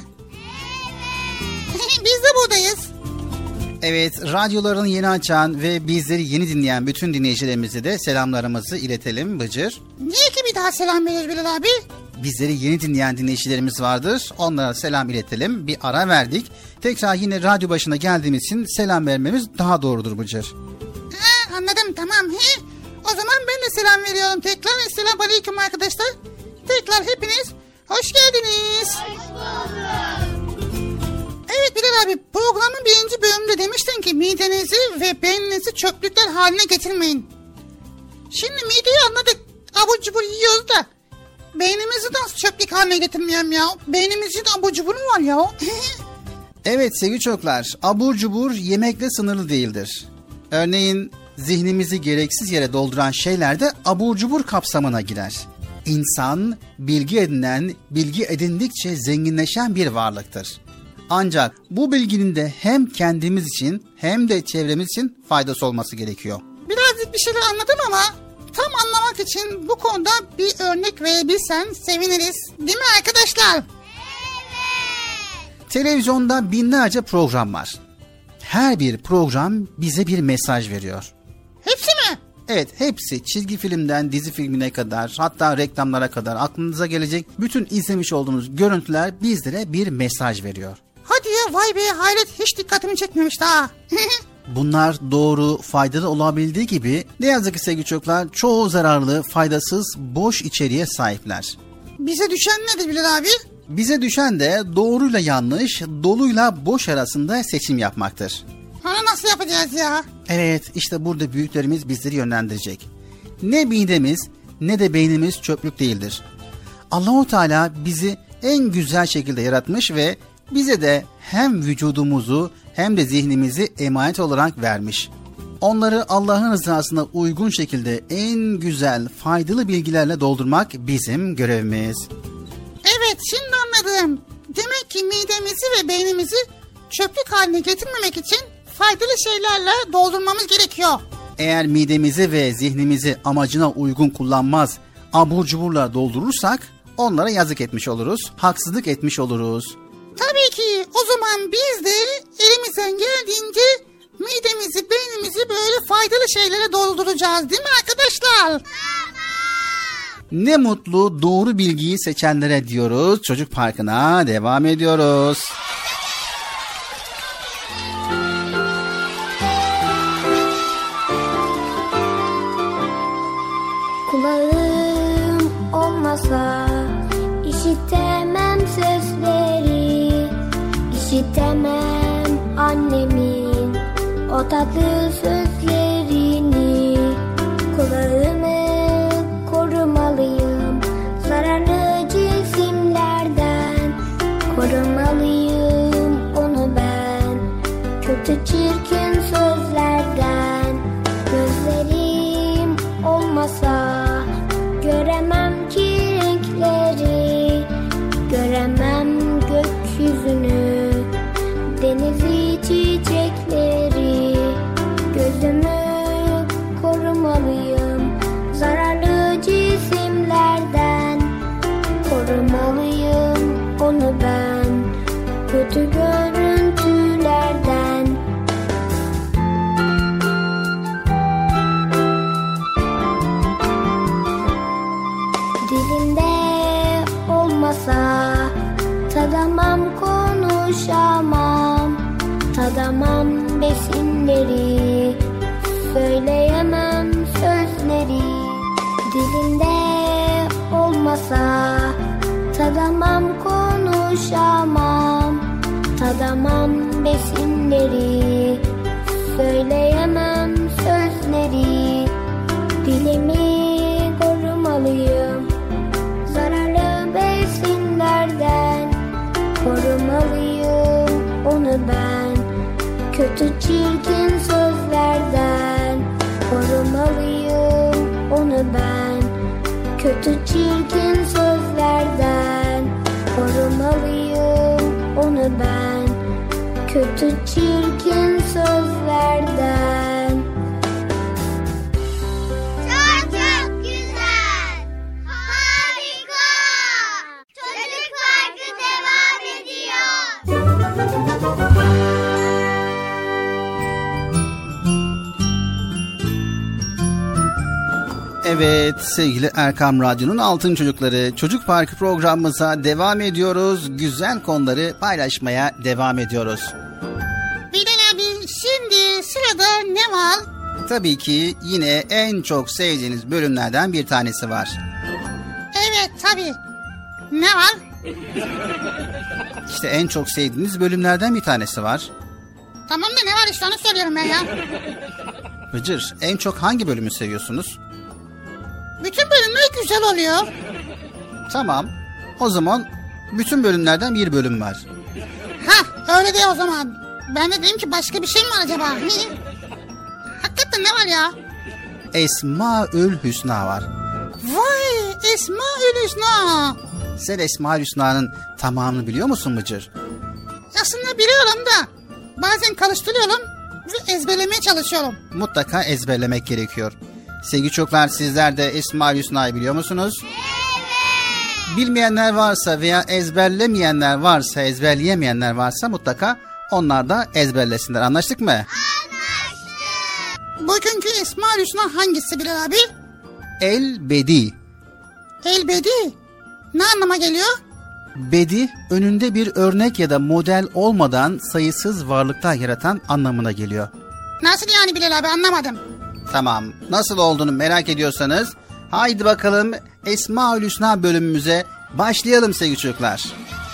Evet. Biz de buradayız. Evet, radyolarını yeni açan ve bizleri yeni dinleyen bütün dinleyicilerimize de selamlarımızı iletelim Bıcır. Niye ki bir daha selam veriyoruz Bilal abi? Bizleri yeni dinleyen dinleyicilerimiz vardır. Onlara selam iletelim. Bir ara verdik. Tekrar yine radyo başına geldiğimiz için selam vermemiz daha doğrudur Bıcır. Ha, anladım, tamam. He. O zaman ben de selam veriyorum tekrar. Esselamu Aleyküm arkadaşlar. Tekrar hepiniz hoş geldiniz. Hoş bulduk. Evet Bilal abi, programın birinci bölümünde demiştin ki midenizi ve beyninizi çöplükler haline getirmeyin. Şimdi mideyi anladık. Abur cubur yiyoruz da beynimizi nasıl çöplük haline getirmeyelim ya? Beynimizin abur cubur mu var ya? Evet sevgili çocuklar, abur cubur yemekle sınırlı değildir. Örneğin zihnimizi gereksiz yere dolduran şeyler de abur cubur kapsamına girer. İnsan bilgi edinen, bilgi edindikçe zenginleşen bir varlıktır. Ancak bu bilginin de hem kendimiz için hem de çevremiz için faydası olması gerekiyor. Birazcık bir şeyler anladım ama tam anlamak için bu konuda bir örnek verebilsen seviniriz. Değil mi arkadaşlar? Evet. Televizyonda binlerce program var. Her bir program bize bir mesaj veriyor. Hepsi mi? Evet, hepsi. Çizgi filmden dizi filmine kadar, hatta reklamlara kadar aklınıza gelecek bütün izlemiş olduğunuz görüntüler bizlere bir mesaj veriyor. Hadi ya, vay be, hayret, hiç dikkatimi çekmemiş daha. Bunlar doğru, faydalı olabildiği gibi ne yazık ki sevgili çocuklar çoğu zararlı, faydasız, boş içeriğe sahipler. Bize düşen nedir Bilal abi? Bize düşen de doğruyla yanlış, doluyla boş arasında seçim yapmaktır. Onu nasıl yapacağız ya? Evet, işte burada büyüklerimiz bizleri yönlendirecek. Ne midemiz ne de beynimiz çöplük değildir. Allah-u Teala bizi en güzel şekilde yaratmış ve bize de hem vücudumuzu hem de zihnimizi emanet olarak vermiş. Onları Allah'ın rızasına uygun şekilde en güzel, faydalı bilgilerle doldurmak bizim görevimiz. Evet, şimdi anladım. Demek ki midemizi ve beynimizi çöplük haline getirmemek için faydalı şeylerle doldurmamız gerekiyor. Eğer midemizi ve zihnimizi amacına uygun kullanmaz, abur cuburla doldurursak onlara yazık etmiş oluruz, haksızlık etmiş oluruz. Tabii ki, o zaman biz de elimizden geldiğince midemizi, beynimizi böyle faydalı şeylere dolduracağız, değil mi arkadaşlar? Ne mutlu doğru bilgiyi seçenlere diyoruz. Çocuk Parkı'na devam ediyoruz. Kulağım olmasa işitemem sözleri, işitemem annemin o tatlı sözlerini. Kulağımı korumalıyım zararlı cisimlerden, korumalıyım onu ben kötü çirkin sözlerden. Gözlerim olmasa göremem ki renkleri, göremem gökyüzünü, denizi, çiçekleri. Gözümü korumalıyım zararlı cisimlerden, korumalıyım onu ben kötü görüntülerden. Dilimde olmasa tadamam, konuşamam, tadamam besinleri, söyleyemem sözleri. Dilimde olmasa tadamam, konuşamam, Tadamam besinleri, söyleyemem sözleri. Dilimi korumalıyım zararlı besinlerden. Korumalıyım onu ben kötü çirkin sözlerden. Korumalıyım onu ben kötü çirkin sözlerden. Korumalıyım onu ben kötü çirkin sözlerden. Çok çok güzel. Harika. Çocuk Parkı devam ediyor. Evet sevgili Erkam Radyo'nun Altın Çocukları Çocuk Parkı programımıza devam ediyoruz. Güzel konuları paylaşmaya devam ediyoruz. Bilal abi şimdi sırada ne var? Tabii ki yine en çok sevdiğiniz bölümlerden bir tanesi var. Evet tabii. Ne var? İşte en çok sevdiğiniz bölümlerden bir tanesi var. Tamam da ne var işte onu soruyorum ben ya. Bıcır, en çok hangi bölümü seviyorsunuz? Bütün bölümler güzel oluyor. Tamam. O zaman bütün bölümlerden bir bölüm var. Ha öyle de o zaman. Ben de dedim ki başka bir şey mi var acaba? Niye? Hakikaten ne var ya? Esmaül Hüsna var. Vay Esmaül Hüsna. Sen Esmaül Hüsna'nın tamamını biliyor musun Bıcır? Aslında biliyorum da bazen karıştırıyorum ve ezberlemeye çalışıyorum. Mutlaka ezberlemek gerekiyor. Sevgili çocuklar, sizler de Esmaül Hüsna'yı biliyor musunuz? Evet. Bilmeyenler varsa veya ezberlemeyenler varsa, ezberleyemeyenler varsa mutlaka onlar da ezberlesinler. Anlaştık mı? Anlaştık. Bugünkü Esmaül Hüsna hangisi Bilal abi? El-Bedi. El-Bedi? Ne anlama geliyor? Bedi, önünde bir örnek ya da model olmadan sayısız varlıklar yaratan anlamına geliyor. Nasıl yani Bilal abi, anlamadım. Tamam, nasıl olduğunu merak ediyorsanız haydi bakalım Esmaül Hüsna bölümümüze başlayalım sevgili çocuklar.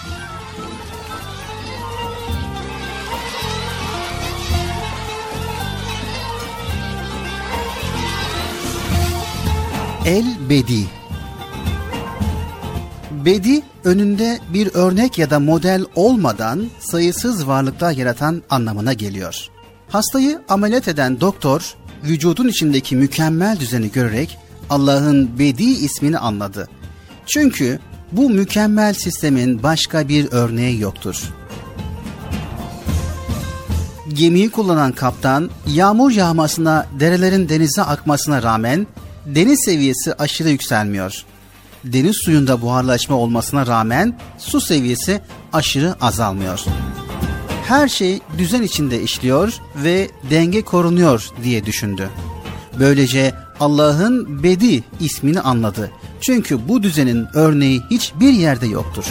El-Bedi. Bedi, önünde bir örnek ya da model olmadan sayısız varlıklar yaratan anlamına geliyor. Hastayı ameliyat eden doktor, vücudun içindeki mükemmel düzeni görerek Allah'ın Bedi ismini anladı. Çünkü bu mükemmel sistemin başka bir örneği yoktur. Gemiyi kullanan kaptan, yağmur yağmasına, derelerin denize akmasına rağmen deniz seviyesi aşırı yükselmiyor. Deniz suyunda buharlaşma olmasına rağmen su seviyesi aşırı azalmıyor. Her şey düzen içinde işliyor ve denge korunuyor diye düşündü. Böylece Allah'ın Bedi ismini anladı. Çünkü bu düzenin örneği hiçbir yerde yoktur.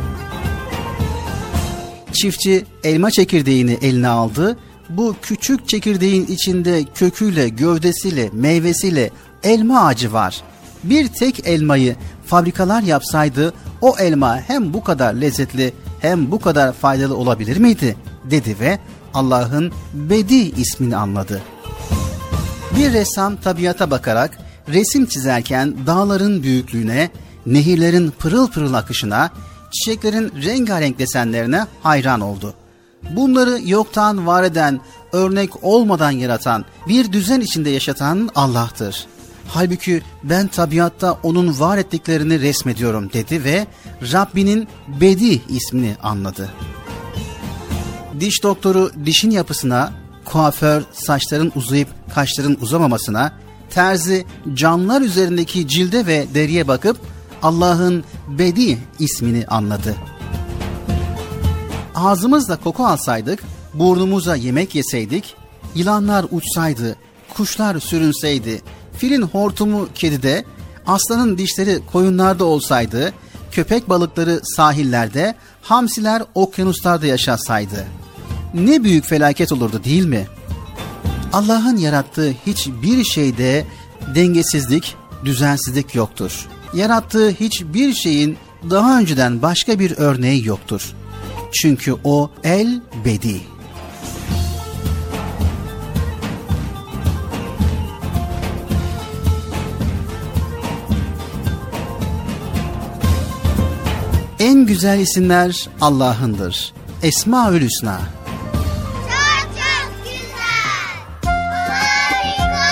Çiftçi elma çekirdeğini eline aldı. Bu küçük çekirdeğin içinde köküyle, gövdesiyle, meyvesiyle elma ağacı var. Bir tek elmayı fabrikalar yapsaydı o elma hem bu kadar lezzetli hem bu kadar faydalı olabilir miydi? Dedi ve Allah'ın Bedi ismini anladı. Bir ressam tabiata bakarak resim çizerken dağların büyüklüğüne, nehirlerin pırıl pırıl akışına, çiçeklerin rengarenk desenlerine hayran oldu. Bunları yoktan var eden, örnek olmadan yaratan, bir düzen içinde yaşatan Allah'tır. Halbuki ben tabiatta onun var ettiklerini resmediyorum dedi ve Rabbinin Bedi ismini anladı. Diş doktoru dişin yapısına, kuaför saçların uzayıp kaşların uzamamasına, terzi canlılar üzerindeki cilde ve deriye bakıp Allah'ın Bedi ismini anladı. Ağzımızla koku alsaydık, burnumuza yemek yeseydik, yılanlar uçsaydı, kuşlar sürünseydi, filin hortumu kedide, aslanın dişleri koyunlarda olsaydı, köpek balıkları sahillerde, hamsiler okyanuslarda yaşasaydı, ne büyük felaket olurdu değil mi? Allah'ın yarattığı hiçbir şeyde dengesizlik, düzensizlik yoktur. Yarattığı hiçbir şeyin daha önceden başka bir örneği yoktur. Çünkü o el-bedi. En güzel isimler Allah'ındır. Esmaül Hüsna. Çok çok güzel. Harika.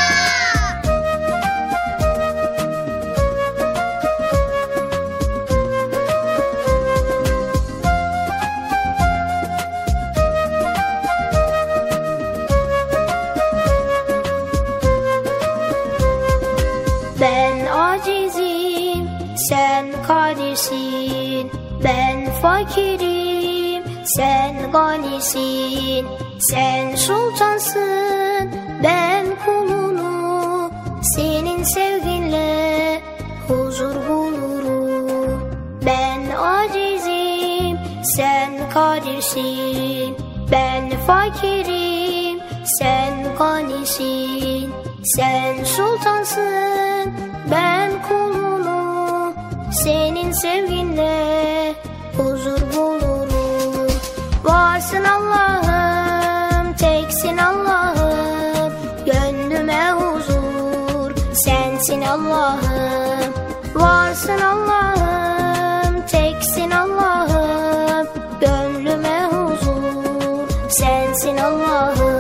Ben acizim, sen kadirsin. Ben fakirim, sen ganisin. Sen sultansın, ben kulunu. Senin sevginle huzur bulurum. Ben acizim, sen kadirsin. Ben fakirim, sen ganisin. Sen sultansın, ben kulunu. Senin sevginle huzur bulurum. Varsın Allah'ım, teksin Allah'ım. Gönlüme huzur, sensin Allah'ım. Varsın Allah'ım, teksin Allah'ım. Gönlüme huzur, sensin Allah'ım.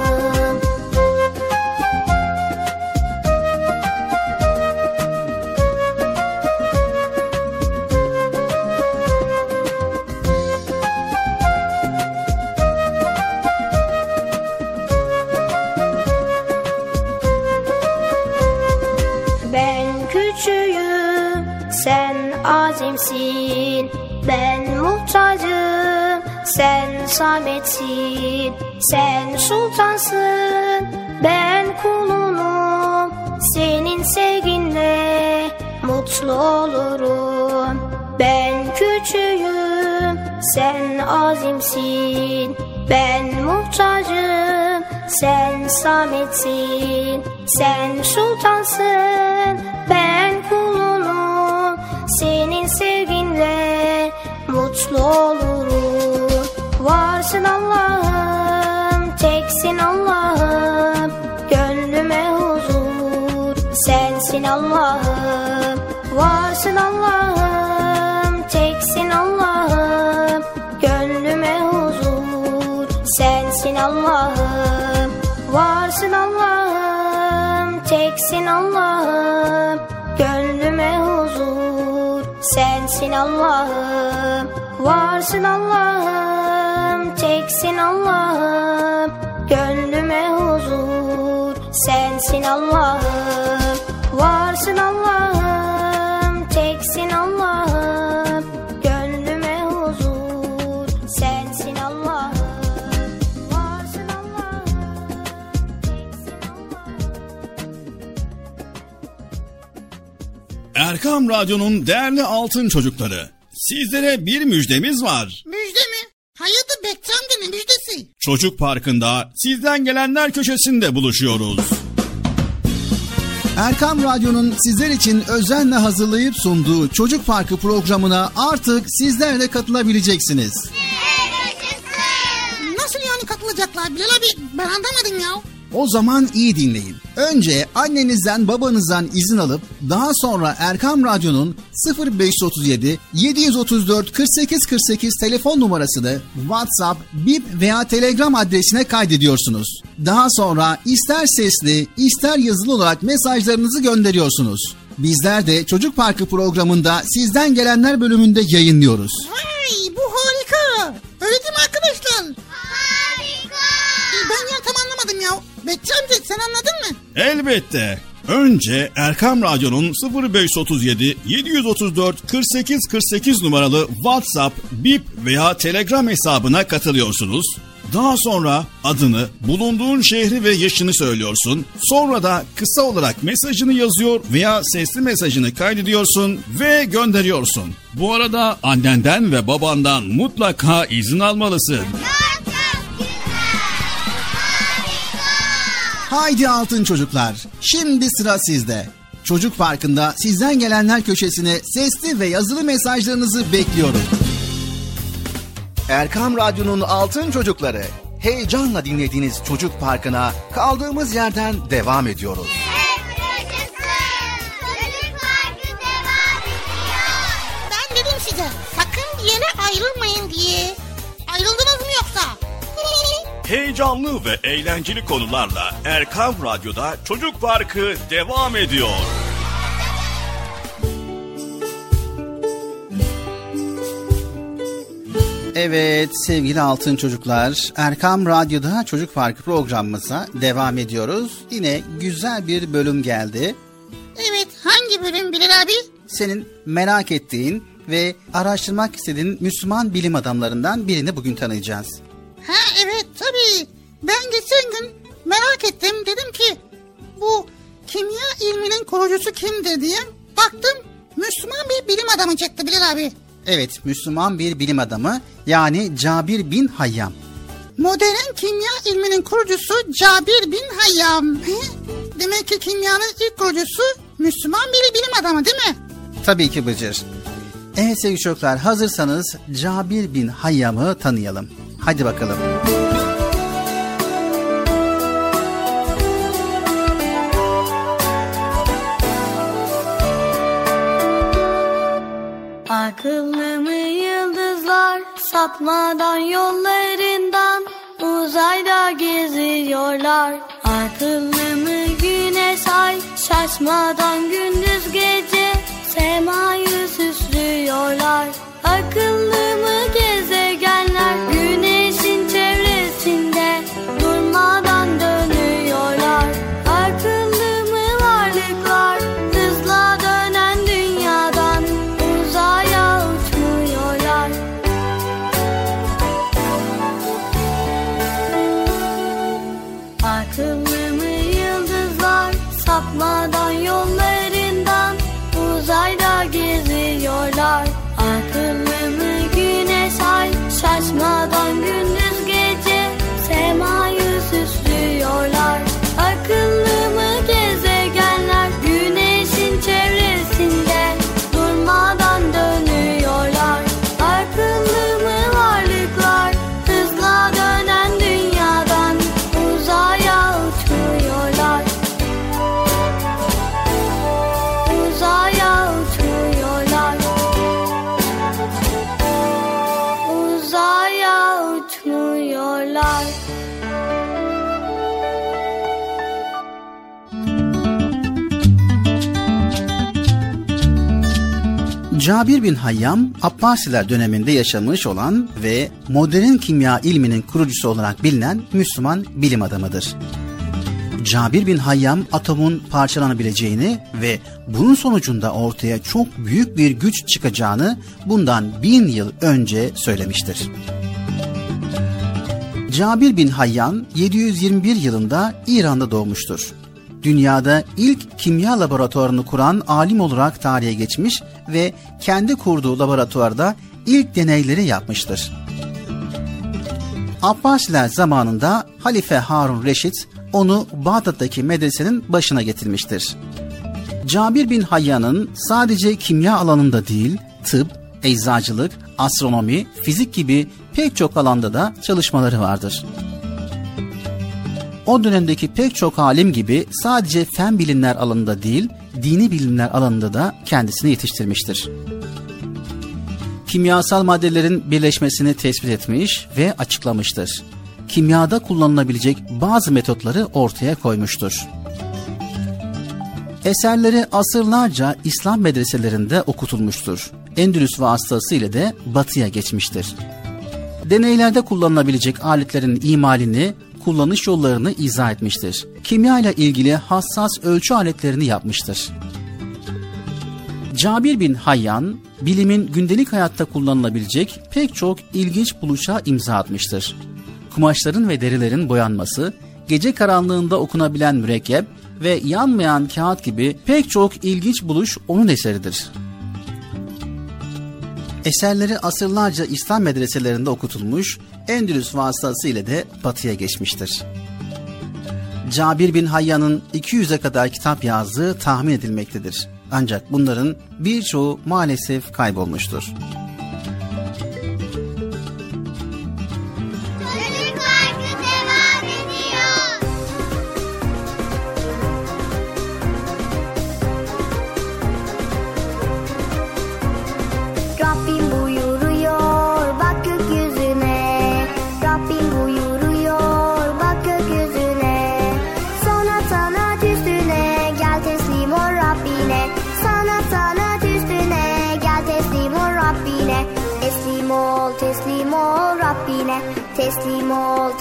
Azimsin, ben muhtacım, sen sametsin. Sen sultansın, ben kulunum. Senin sevginle mutlu olurum. Ben küçüğüm, sen azimsin. Ben muhtacım, sen sametsin. Sen sultansın, ben kulunum. Senin sevginle mutlu olurum. Varsın Allah'ım, teksin Allah'ım. Gönlüme huzur, sensin Allah'ım. Varsın Allah'ım, teksin Allah'ım. Gönlüme huzur, sensin Allah'ım. Varsın Allah'ım, teksin Allah'ım. Gönlüme huzur, sensin Allah'ım. Varsın Allah'ım, teksin Allah'ım. Gönlüme huzur, sensin Allah'ım. Varsın Allah'ım, teksin Allah'ım. Gönlüme huzur, sensin Allah'ım. Varsın Allah'ım, teksin Allah'ım. Erkam Radyo'nun değerli altın çocukları, sizlere bir müjdemiz var. Müjde mi? Hayırdır Bekçi amca, ne müjdesi? Çocuk Parkı'nda sizden gelenler köşesinde buluşuyoruz. Erkam Radyo'nun sizler için özenle hazırlayıp sunduğu Çocuk Parkı programına artık sizler de katılabileceksiniz. Nasıl yani katılacaklar Bilal abi? Ben anlamadım ya. O zaman iyi dinleyin. Önce annenizden babanızdan izin alıp daha sonra Erkam Radyo'nun sıfır beş otuz yedi yedi otuz dört kırk sekiz kırk sekiz telefon numarasını WhatsApp, Bip veya Telegram adresine kaydediyorsunuz. Daha sonra ister sesli ister yazılı olarak mesajlarınızı gönderiyorsunuz. Bizler de Çocuk Parkı programında sizden gelenler bölümünde yayınlıyoruz. Vay, bu harika. Öyle değil mi arkadaşlar? Harika. Ben ya tam anlamadım ya. Bekçi amca sen anladın mı? Elbette. Önce Erkam Radyo'nun sıfır beş otuz yedi yedi otuz dört kırk sekiz kırk sekiz numaralı WhatsApp, Bip veya Telegram hesabına katılıyorsunuz. Daha sonra adını, bulunduğun şehri ve yaşını söylüyorsun. Sonra da kısa olarak mesajını yazıyor veya sesli mesajını kaydediyorsun ve gönderiyorsun. Bu arada annenden ve babandan mutlaka izin almalısın. Haydi altın çocuklar, şimdi sıra sizde. Çocuk Parkı'nda sizden gelenler köşesine sesli ve yazılı mesajlarınızı bekliyorum. Erkam Radyo'nun Altın Çocukları. Heyecanla dinlediğiniz Çocuk Parkı'na kaldığımız yerden devam ediyoruz. Çocuk Parkı devam ediyor. Ben dedim size sakın bir yere ayrılmayın diye. Ayrıldınız mı yoksa? Heyecanlı ve eğlenceli konularla Erkam Radyo'da Çocuk Parkı devam ediyor. Evet sevgili altın çocuklar, Erkam Radyo'da Çocuk Parkı programımıza devam ediyoruz. Yine güzel bir bölüm geldi. Evet, hangi bölüm Bilal abi? Senin merak ettiğin ve araştırmak istediğin Müslüman bilim adamlarından birini bugün tanıyacağız. Ha evet tabii. Ben geçen gün merak ettim. Dedim ki bu kimya ilminin kurucusu kimdir diye. Baktım Müslüman bir bilim adamı çıktı Bilal abi. Evet, Müslüman bir bilim adamı, yani Cabir bin Hayyam. Modern kimya ilminin kurucusu Cabir bin Hayyam. Demek ki kimyanın ilk kurucusu Müslüman bir bilim adamı değil mi? Tabii ki Bıcır. Evet sevgili çocuklar, hazırsanız Cabir bin Hayyam'ı tanıyalım. Hadi bakalım. Akıllı mı yıldızlar sapmadan yollarından uzayda geziyorlar. Akıllı mı güneş ay şaşmadan gündüz gece semayı süslüyorlar. Akıllı mı gezegenler güneşin çevresinde durmadan dönüyorlar. Akıllı mı varlıklar hızla dönen dünyadan uzaya uçmuyorlar. Akıllı mı yıldızlar sapmadan yollarından uzayda geziyorlar. Akıllı mı güneş ay şaşmadan gündüz gece semayı süslüyorlar. Akıllı mı gezegenler güneşin çevresinde durmadan dönüyorlar. Akıllı mı varlıklar hızla dönen dünyadan uzaya uçmuyorlar. Uzaya uçmuyorlar. Uzaya uçmuyorlar. Cabir bin Hayyam, Abbasiler döneminde yaşamış olan ve modern kimya ilminin kurucusu olarak bilinen Müslüman bilim adamıdır. Cabir bin Hayyam atomun parçalanabileceğini ve bunun sonucunda ortaya çok büyük bir güç çıkacağını bundan bin yıl önce söylemiştir. Cabir bin Hayyan yedi yüz yirmi bir yılında İran'da doğmuştur. Dünyada ilk kimya laboratuvarını kuran alim olarak tarihe geçmiş ve kendi kurduğu laboratuvarda ilk deneyleri yapmıştır. Abbasiler zamanında Halife Harun Reşit onu Bağdat'taki medresenin başına getirmiştir. Cabir bin Hayyan'ın sadece kimya alanında değil, tıp, eczacılık, astronomi, fizik gibi pek çok alanda da çalışmaları vardır. O dönemdeki pek çok alim gibi sadece fen bilimler alanında değil, dini bilimler alanında da kendisini yetiştirmiştir. Kimyasal maddelerin birleşmesini tespit etmiş ve açıklamıştır. Kimyada kullanılabilecek bazı metotları ortaya koymuştur. Eserleri asırlarca İslam medreselerinde okutulmuştur. Endülüs vasıtasıyla de batıya geçmiştir. Deneylerde kullanılabilecek aletlerin imalini, kullanış yollarını izah etmiştir. Kimya ile ilgili hassas ölçü aletlerini yapmıştır. Cabir bin Hayyan, bilimin gündelik hayatta kullanılabilecek pek çok ilginç buluşa imza atmıştır. Kumaşların ve derilerin boyanması, gece karanlığında okunabilen mürekkep ve yanmayan kağıt gibi pek çok ilginç buluş onun eseridir. Eserleri asırlarca İslam medreselerinde okutulmuş, Endülüs vasıtasıyla de batıya geçmiştir. Cabir bin Hayyan'ın iki yüze kadar kitap yazdığı tahmin edilmektedir. Ancak bunların birçoğu maalesef kaybolmuştur.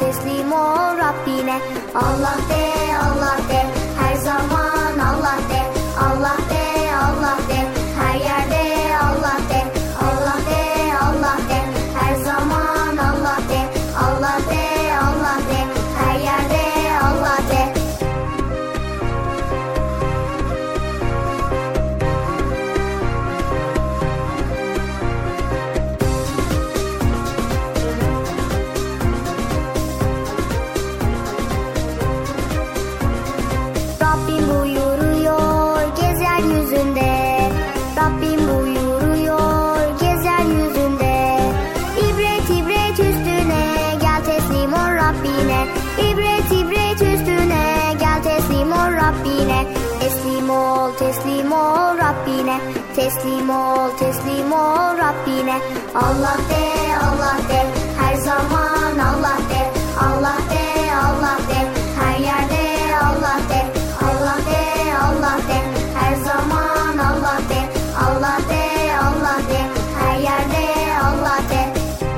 teslim ol Rabbine. Allah de, Allah de, her zaman Allah de. Allah de, Allah de, her yerde Allah de. Allah de, Allah de, her zaman Allah de. Allah de, Allah de, her yerde Allah de. Rabbim buyuruyor gez yeryüzünde. Rabbim buyuruyor gez yeryüzünde. İbret ibret üstüne gel teslim ol Rabbine. İbret ibret üstüne gel teslim ol Rabbine. Teslim ol teslim ol Rabbine. Teslim ol teslim ol Rabbine. Allah de, Allah de, her zaman Allah de. Allah de, Allah de, her yerde Allah de. Allah de, Allah de, her zaman Allah de. Allah de, Allah de, her yerde Allah de.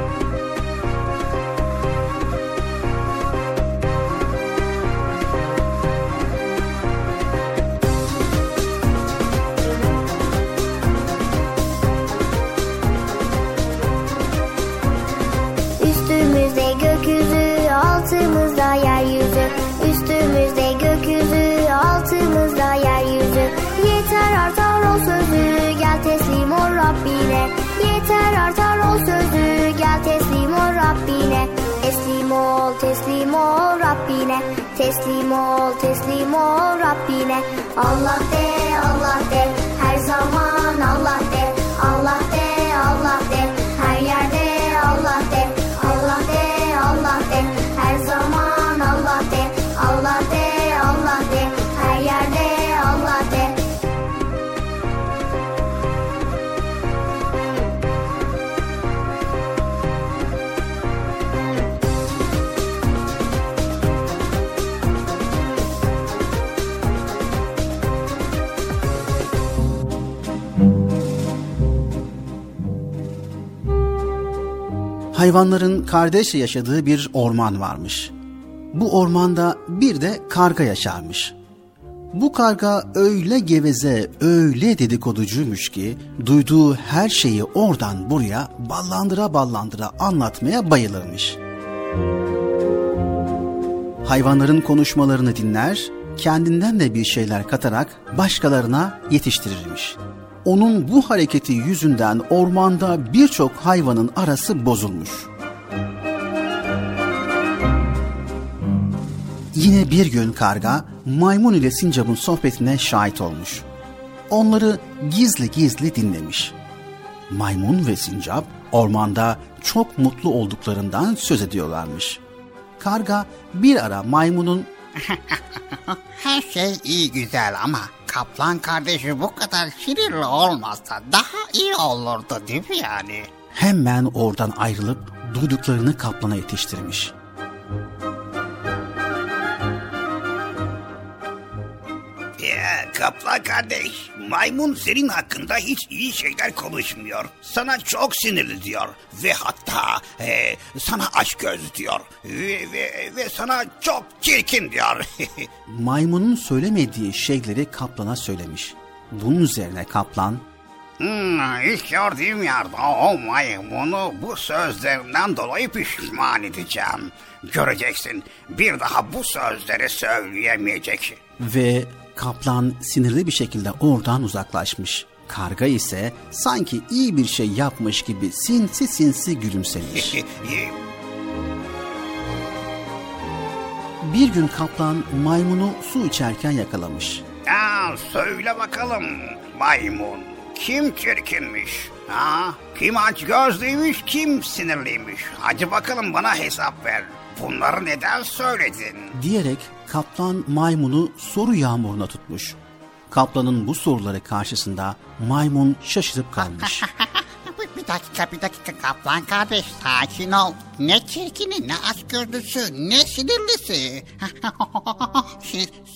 Üstümüzde gökyüzü, altımızda yeryüzü. Üstümüzde gökyüzü, altımızda yeryüzü. Yeter artar o sözü, gel teslim ol Rabbine. Yeter artar o sözü, gel teslim ol Rabbine. Teslim ol, teslim ol Rabbine. Teslim ol, teslim ol Rabbine. Allah de, Allah de, her zaman Allah de. Allah de, Allah de, her yerde Allah de. Allah de, Allah de, her zaman Allah de. Allah de, Allah de, her yerde Allah de. Hayvanların kardeşçe yaşadığı bir orman varmış. Bu ormanda bir de karga yaşarmış. Bu karga öyle geveze, öyle dedikoducuymuş ki duyduğu her şeyi oradan buraya ballandıra ballandıra anlatmaya bayılırmış. Hayvanların konuşmalarını dinler, kendinden de bir şeyler katarak başkalarına yetiştirirmiş. Onun bu hareketi yüzünden ormanda birçok hayvanın arası bozulmuş. Yine bir gün karga maymun ile sincapın sohbetine şahit olmuş. Onları gizli gizli dinlemiş. Maymun ve sincap ormanda çok mutlu olduklarından söz ediyorlarmış. Karga bir ara maymunun "Her şey iyi güzel ama kaplan kardeşi bu kadar şirinli olmazsa daha iyi olurdu değil mi yani?" hemen oradan ayrılıp duyduklarını kaplana yetiştirmiş. Ya kaplan kardeş, maymun senin hakkında hiç iyi şeyler konuşmuyor. Sana çok sinirli diyor ve hatta e, sana açgöz diyor ve, ve, ve sana çok çirkin diyor. Maymunun söylemediği şeyleri kaplana söylemiş. Bunun üzerine kaplan, Hmm, ilk gördüğüm yerde o maymunu bu sözlerinden dolayı pişman edeceğim. Göreceksin, bir daha bu sözleri söyleyemeyecek. Ve kaplan sinirli bir şekilde oradan uzaklaşmış. Karga ise sanki iyi bir şey yapmış gibi sinsi sinsi gülümsemiş. Bir gün kaplan maymunu su içerken yakalamış. Aa, söyle bakalım maymun, kim çirkinmiş? Ha? Kim açgözlüymüş, kim sinirliymiş? Hadi bakalım bana hesap ver. Bunları neden söyledin? Diyerek kaplan maymunu soru yağmuruna tutmuş. Kaplanın bu soruları karşısında maymun şaşırıp kalmış. Bir dakika bir dakika kaplan kardeş, sakin ol. Ne çirkini, ne açgözlüsü, ne sinirlisi.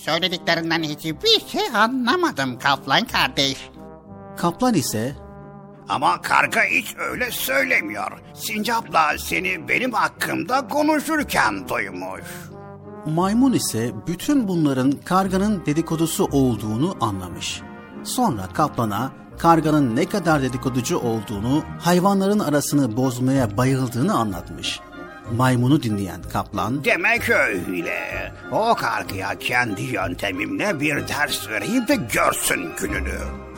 Söylediklerinden hiçbir şey anlamadım kaplan kardeş. Kaplan ise Ama karga hiç öyle söylemiyor. Sincapla seni benim hakkımda konuşurken duymuş. Maymun ise bütün bunların karganın dedikodusu olduğunu anlamış. Sonra kaplana karganın ne kadar dedikoducu olduğunu, hayvanların arasını bozmaya bayıldığını anlatmış. Maymunu dinleyen kaplan, demek öyle. O kargaya kendi yöntemimle bir ders vereyim de görsün gününü.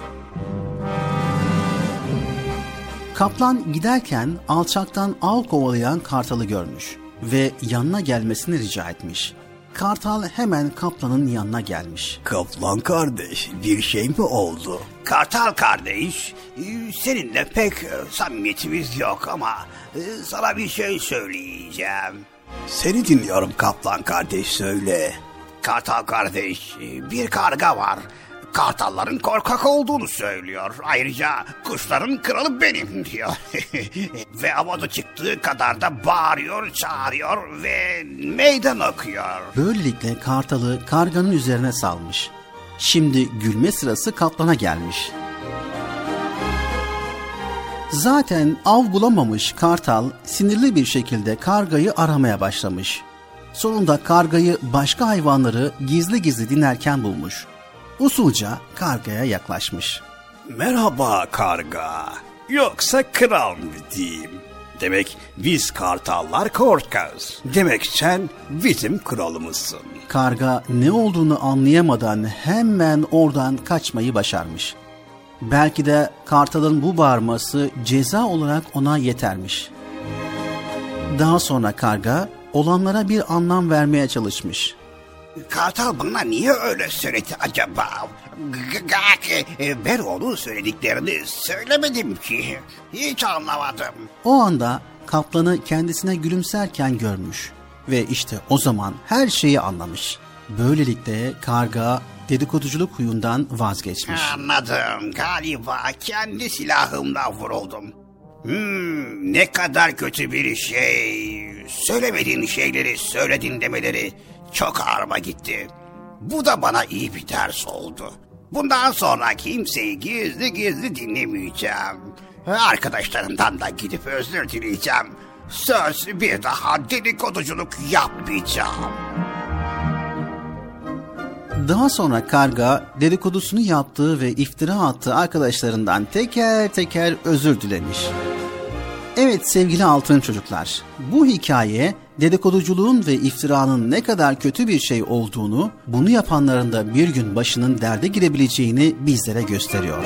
Kaplan giderken alçaktan av kovalayan kartalı görmüş ve yanına gelmesini rica etmiş. Kartal hemen kaplanın yanına gelmiş. Kaplan kardeş, bir şey mi oldu? Kartal kardeş, seninle pek samimiyetimiz yok ama sana bir şey söyleyeceğim. Seni dinliyorum kaplan kardeş, söyle. Kartal kardeş, bir karga var. Kartalların korkak olduğunu söylüyor. Ayrıca kuşların kralı benim diyor. Ve havada çıktığı kadar da bağırıyor, çağırıyor ve meydan okuyor. Böylelikle kartalı karganın üzerine salmış. Şimdi gülme sırası kaplana gelmiş. Zaten av bulamamış kartal sinirli bir şekilde kargayı aramaya başlamış. Sonunda kargayı başka hayvanları gizli gizli dinlerken bulmuş. Usulca kargaya yaklaşmış. Merhaba karga. Yoksa kral mı diyeyim? Demek biz kartallar korkaz. Demek sen bizim kralımızsın. Karga ne olduğunu anlayamadan hemen oradan kaçmayı başarmış. Belki de kartalın bu bağırması ceza olarak ona yetermiş. Daha sonra karga olanlara bir anlam vermeye çalışmış. Kartal bana niye öyle söyledi acaba? Ben onun söylediklerini söylemedim ki. Hiç anlamadım. O anda kaplanı kendisine gülümserken görmüş ve işte o zaman her şeyi anlamış. Böylelikle karga dedikoduculuk huyundan vazgeçmiş. Anladım. Galiba kendi silahımla vuruldum. Hmm, ne kadar kötü bir şey. Söylemediğin şeyleri söyledin demeleri çok ağrıma gitti. Bu da bana iyi bir ders oldu. Bundan sonra kimseyi gizli gizli dinlemeyeceğim. Arkadaşlarımdan da gidip özür dileyeceğim. Söz, bir daha dedikoduculuk yapmayacağım. Daha sonra karga dedikodusunu yaptığı ve iftira attığı arkadaşlarından teker teker özür dilemiş. Evet sevgili altın çocuklar, bu hikaye dedikoduculuğun ve iftiranın ne kadar kötü bir şey olduğunu, bunu yapanların da bir gün başının derde girebileceğini bizlere gösteriyor.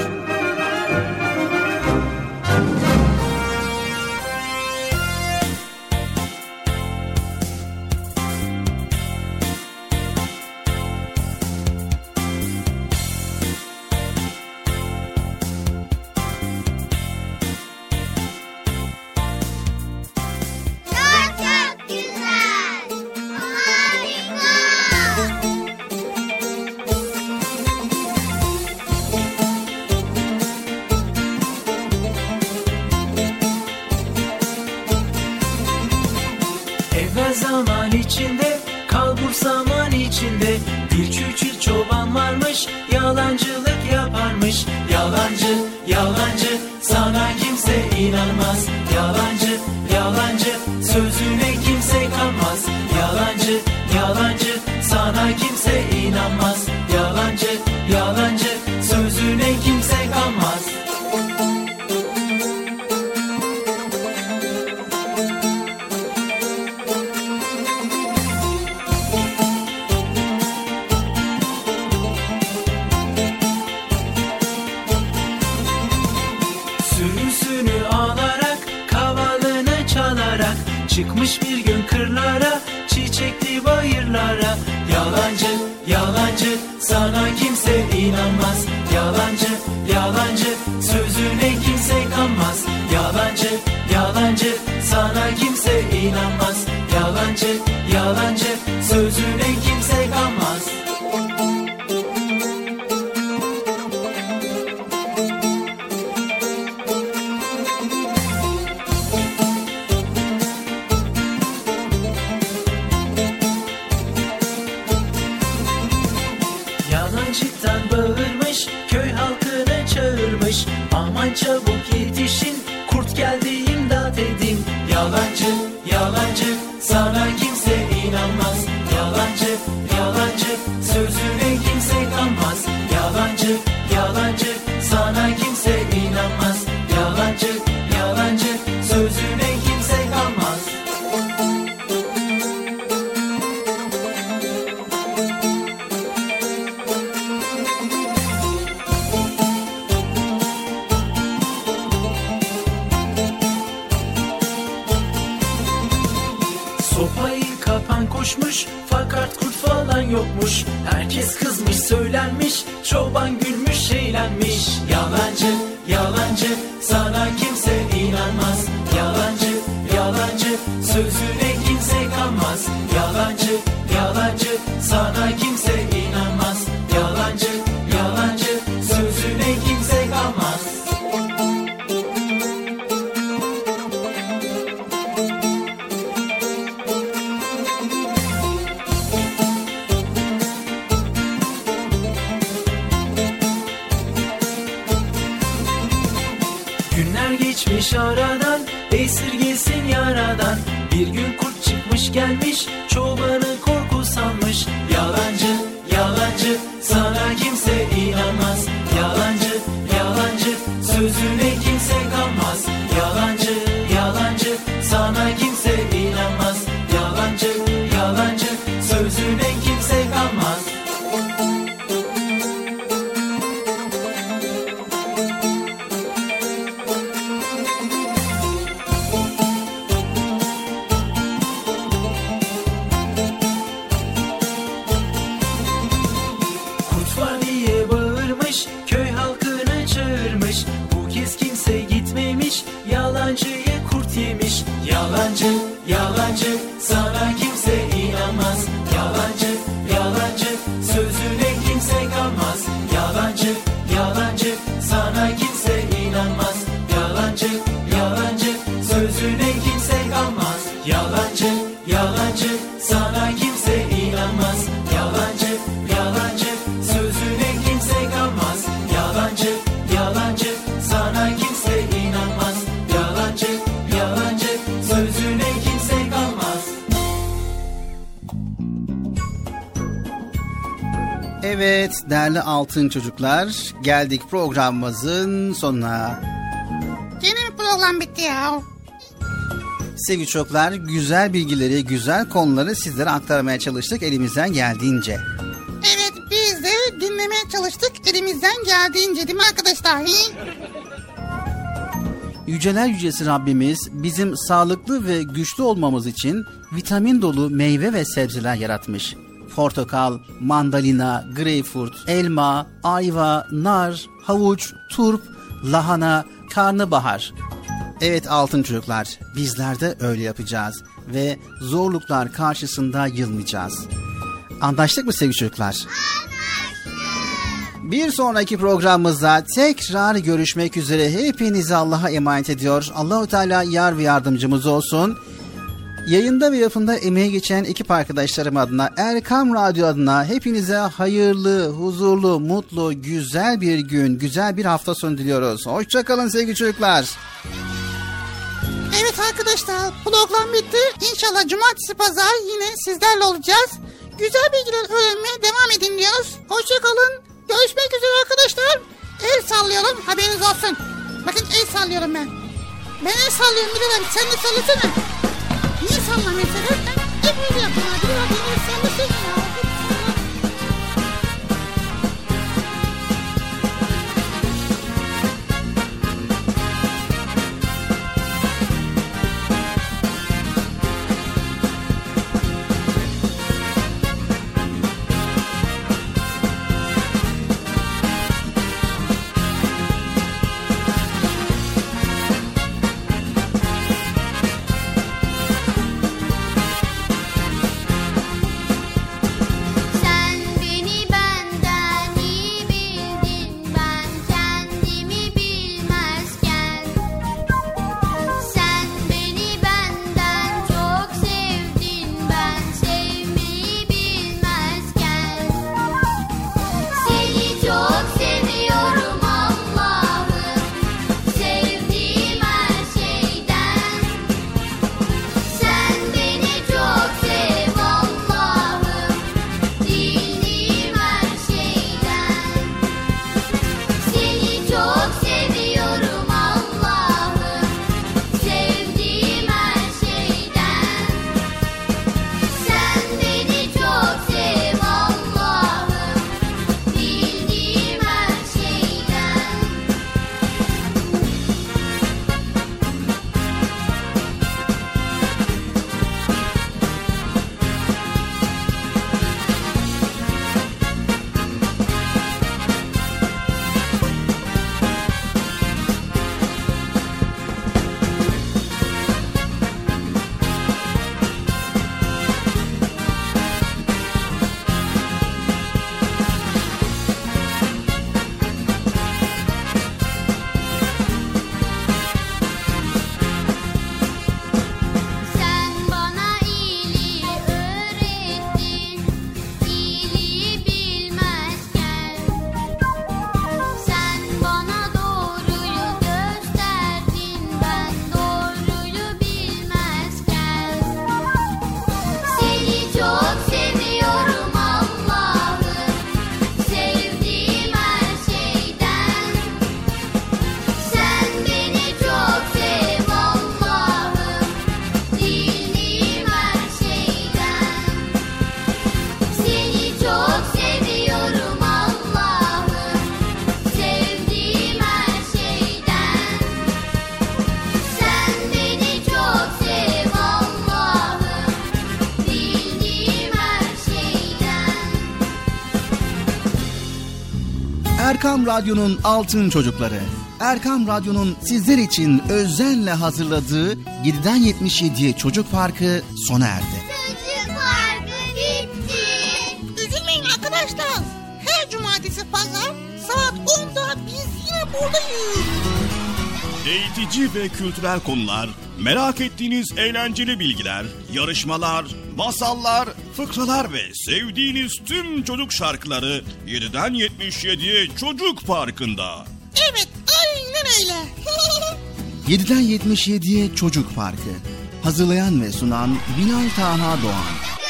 Çıkmış bir gün kırlara, çiçekli bayırlara. Yalancı, yalancı, sana kimse inanmaz. Yalancı, yalancı, sözüne kimse kanmaz. Yalancı, yalancı, sana kimse inanmaz. Yalancı, yalancı, sözüne kimse kanmaz. Yalancıktan bağırmış, köy halkını çağırmış. Aman çağırmış. çabuk yetişin, kurt geldi imdat edin. Yalancı, yalancı, sana kimse inanmaz. Yalancı, yalancı, sözüne kimse kanmaz. Yalancı, yalancı, sana kimse inanmaz. Yalancı, yalancı, sözüne kimse kanmaz. Sopayı kapan koşmuş, fakat kurt falan yokmuş. Herkes kızmış, söylenmiş, çoban gülmüş, eğlenmiş. Yalancı, yalancı, sana kimse inanmaz. Yalancı, yalancı, sözüne kimse kanmaz. Yalancı, yalancı, sana kimse inanmaz. Yalancı, yalancı, sözüne kimse kanmaz. Günler geçmiş aradan, esirgesin yaradan. Bir gün kurt çıkmış gelmiş, çobanı korku salmış. Yalancı, yalancı, sana kimse inanmaz. Yalancı, yalancı, sözüne kimse kanmaz. Yalancı, yalancı, sana kimse inanmaz. Yalancı, yalancı, sözüne kimse kanmaz. Kurt var diye bağırmış, köy halkını çağırmış. Bu kez kimse gitmemiş, yalancıyı kurt yemiş. Yalancı, yalancı, sana kimse inanmaz. Yalancı, yalancı, sözüne kimse kanmaz. Yalancı, yalancı, sana kimse inanmaz. Yalancı, yalancı, sözüne kimse kanmaz. Yalancı, yalancı, sana kimse inanmaz. Yalancı, yalancı, sözüne kimse kanmaz. Yalancı, yalancı, sana kimse inanmaz. Yalancı, yalancı, sözüne kimse kanmaz. Evet değerli altın çocuklar, geldik programımızın sonuna. Yine mi program bitti ya? Sevgili çocuklar, güzel bilgileri, güzel konuları sizlere aktarmaya çalıştık elimizden geldiğince. Evet, biz de dinlemeye çalıştık elimizden geldiğince, değil mi arkadaşlar? Hi? Yüceler yücesi Rabbimiz bizim sağlıklı ve güçlü olmamız için vitamin dolu meyve ve sebzeler yaratmış. Portakal, mandalina, greyfurt, elma, ayva, nar, havuç, turp, lahana, karnabahar. Evet altın çocuklar, bizler de öyle yapacağız ve zorluklar karşısında yılmayacağız. Anlaştık mı sevgili çocuklar? Anlaştık. Bir sonraki programımızda tekrar görüşmek üzere. Hepinizi Allah'a emanet ediyor. Allah-u Teala yar ve yardımcımız olsun. Yayında ve yapımda emeği geçen ekip arkadaşlarım adına, Erkam Radyo adına hepinize hayırlı, huzurlu, mutlu, güzel bir gün, güzel bir hafta sonu diliyoruz. Hoşçakalın sevgili çocuklar. Evet arkadaşlar, program bitti. İnşallah cumartesi pazar yine sizlerle olacağız. Güzel bilgiler öğrenmeye devam edin diyoruz. Hoşçakalın. Görüşmek üzere arkadaşlar. El sallıyorum, haberiniz olsun. Bakın el sallıyorum ben. Ben el sallıyorum Bilal abi, sen de sallasana. Niye sallamıyorsun sen? Hep öyle yapma. Bilal abi el sallasana ya. Erkam Radyo'nun Altın Çocukları. Erkam Radyo'nun sizler için özenle hazırladığı yediden yetmiş yediye Çocuk Parkı sona erdi. Çocuk Parkı bitti. Üzülmeyin arkadaşlar. Her cumartesi pazar saat onda biz yine buradayız. Eğitici ve kültürel konular, merak ettiğiniz eğlenceli bilgiler, yarışmalar, masallar, fıkralar ve sevdiğiniz tüm çocuk şarkıları yediden yetmiş yediye Çocuk Parkı'nda. Evet, aynen öyle. yediden yetmiş yediye Çocuk Parkı. Hazırlayan ve sunan Binal Taha Doğan.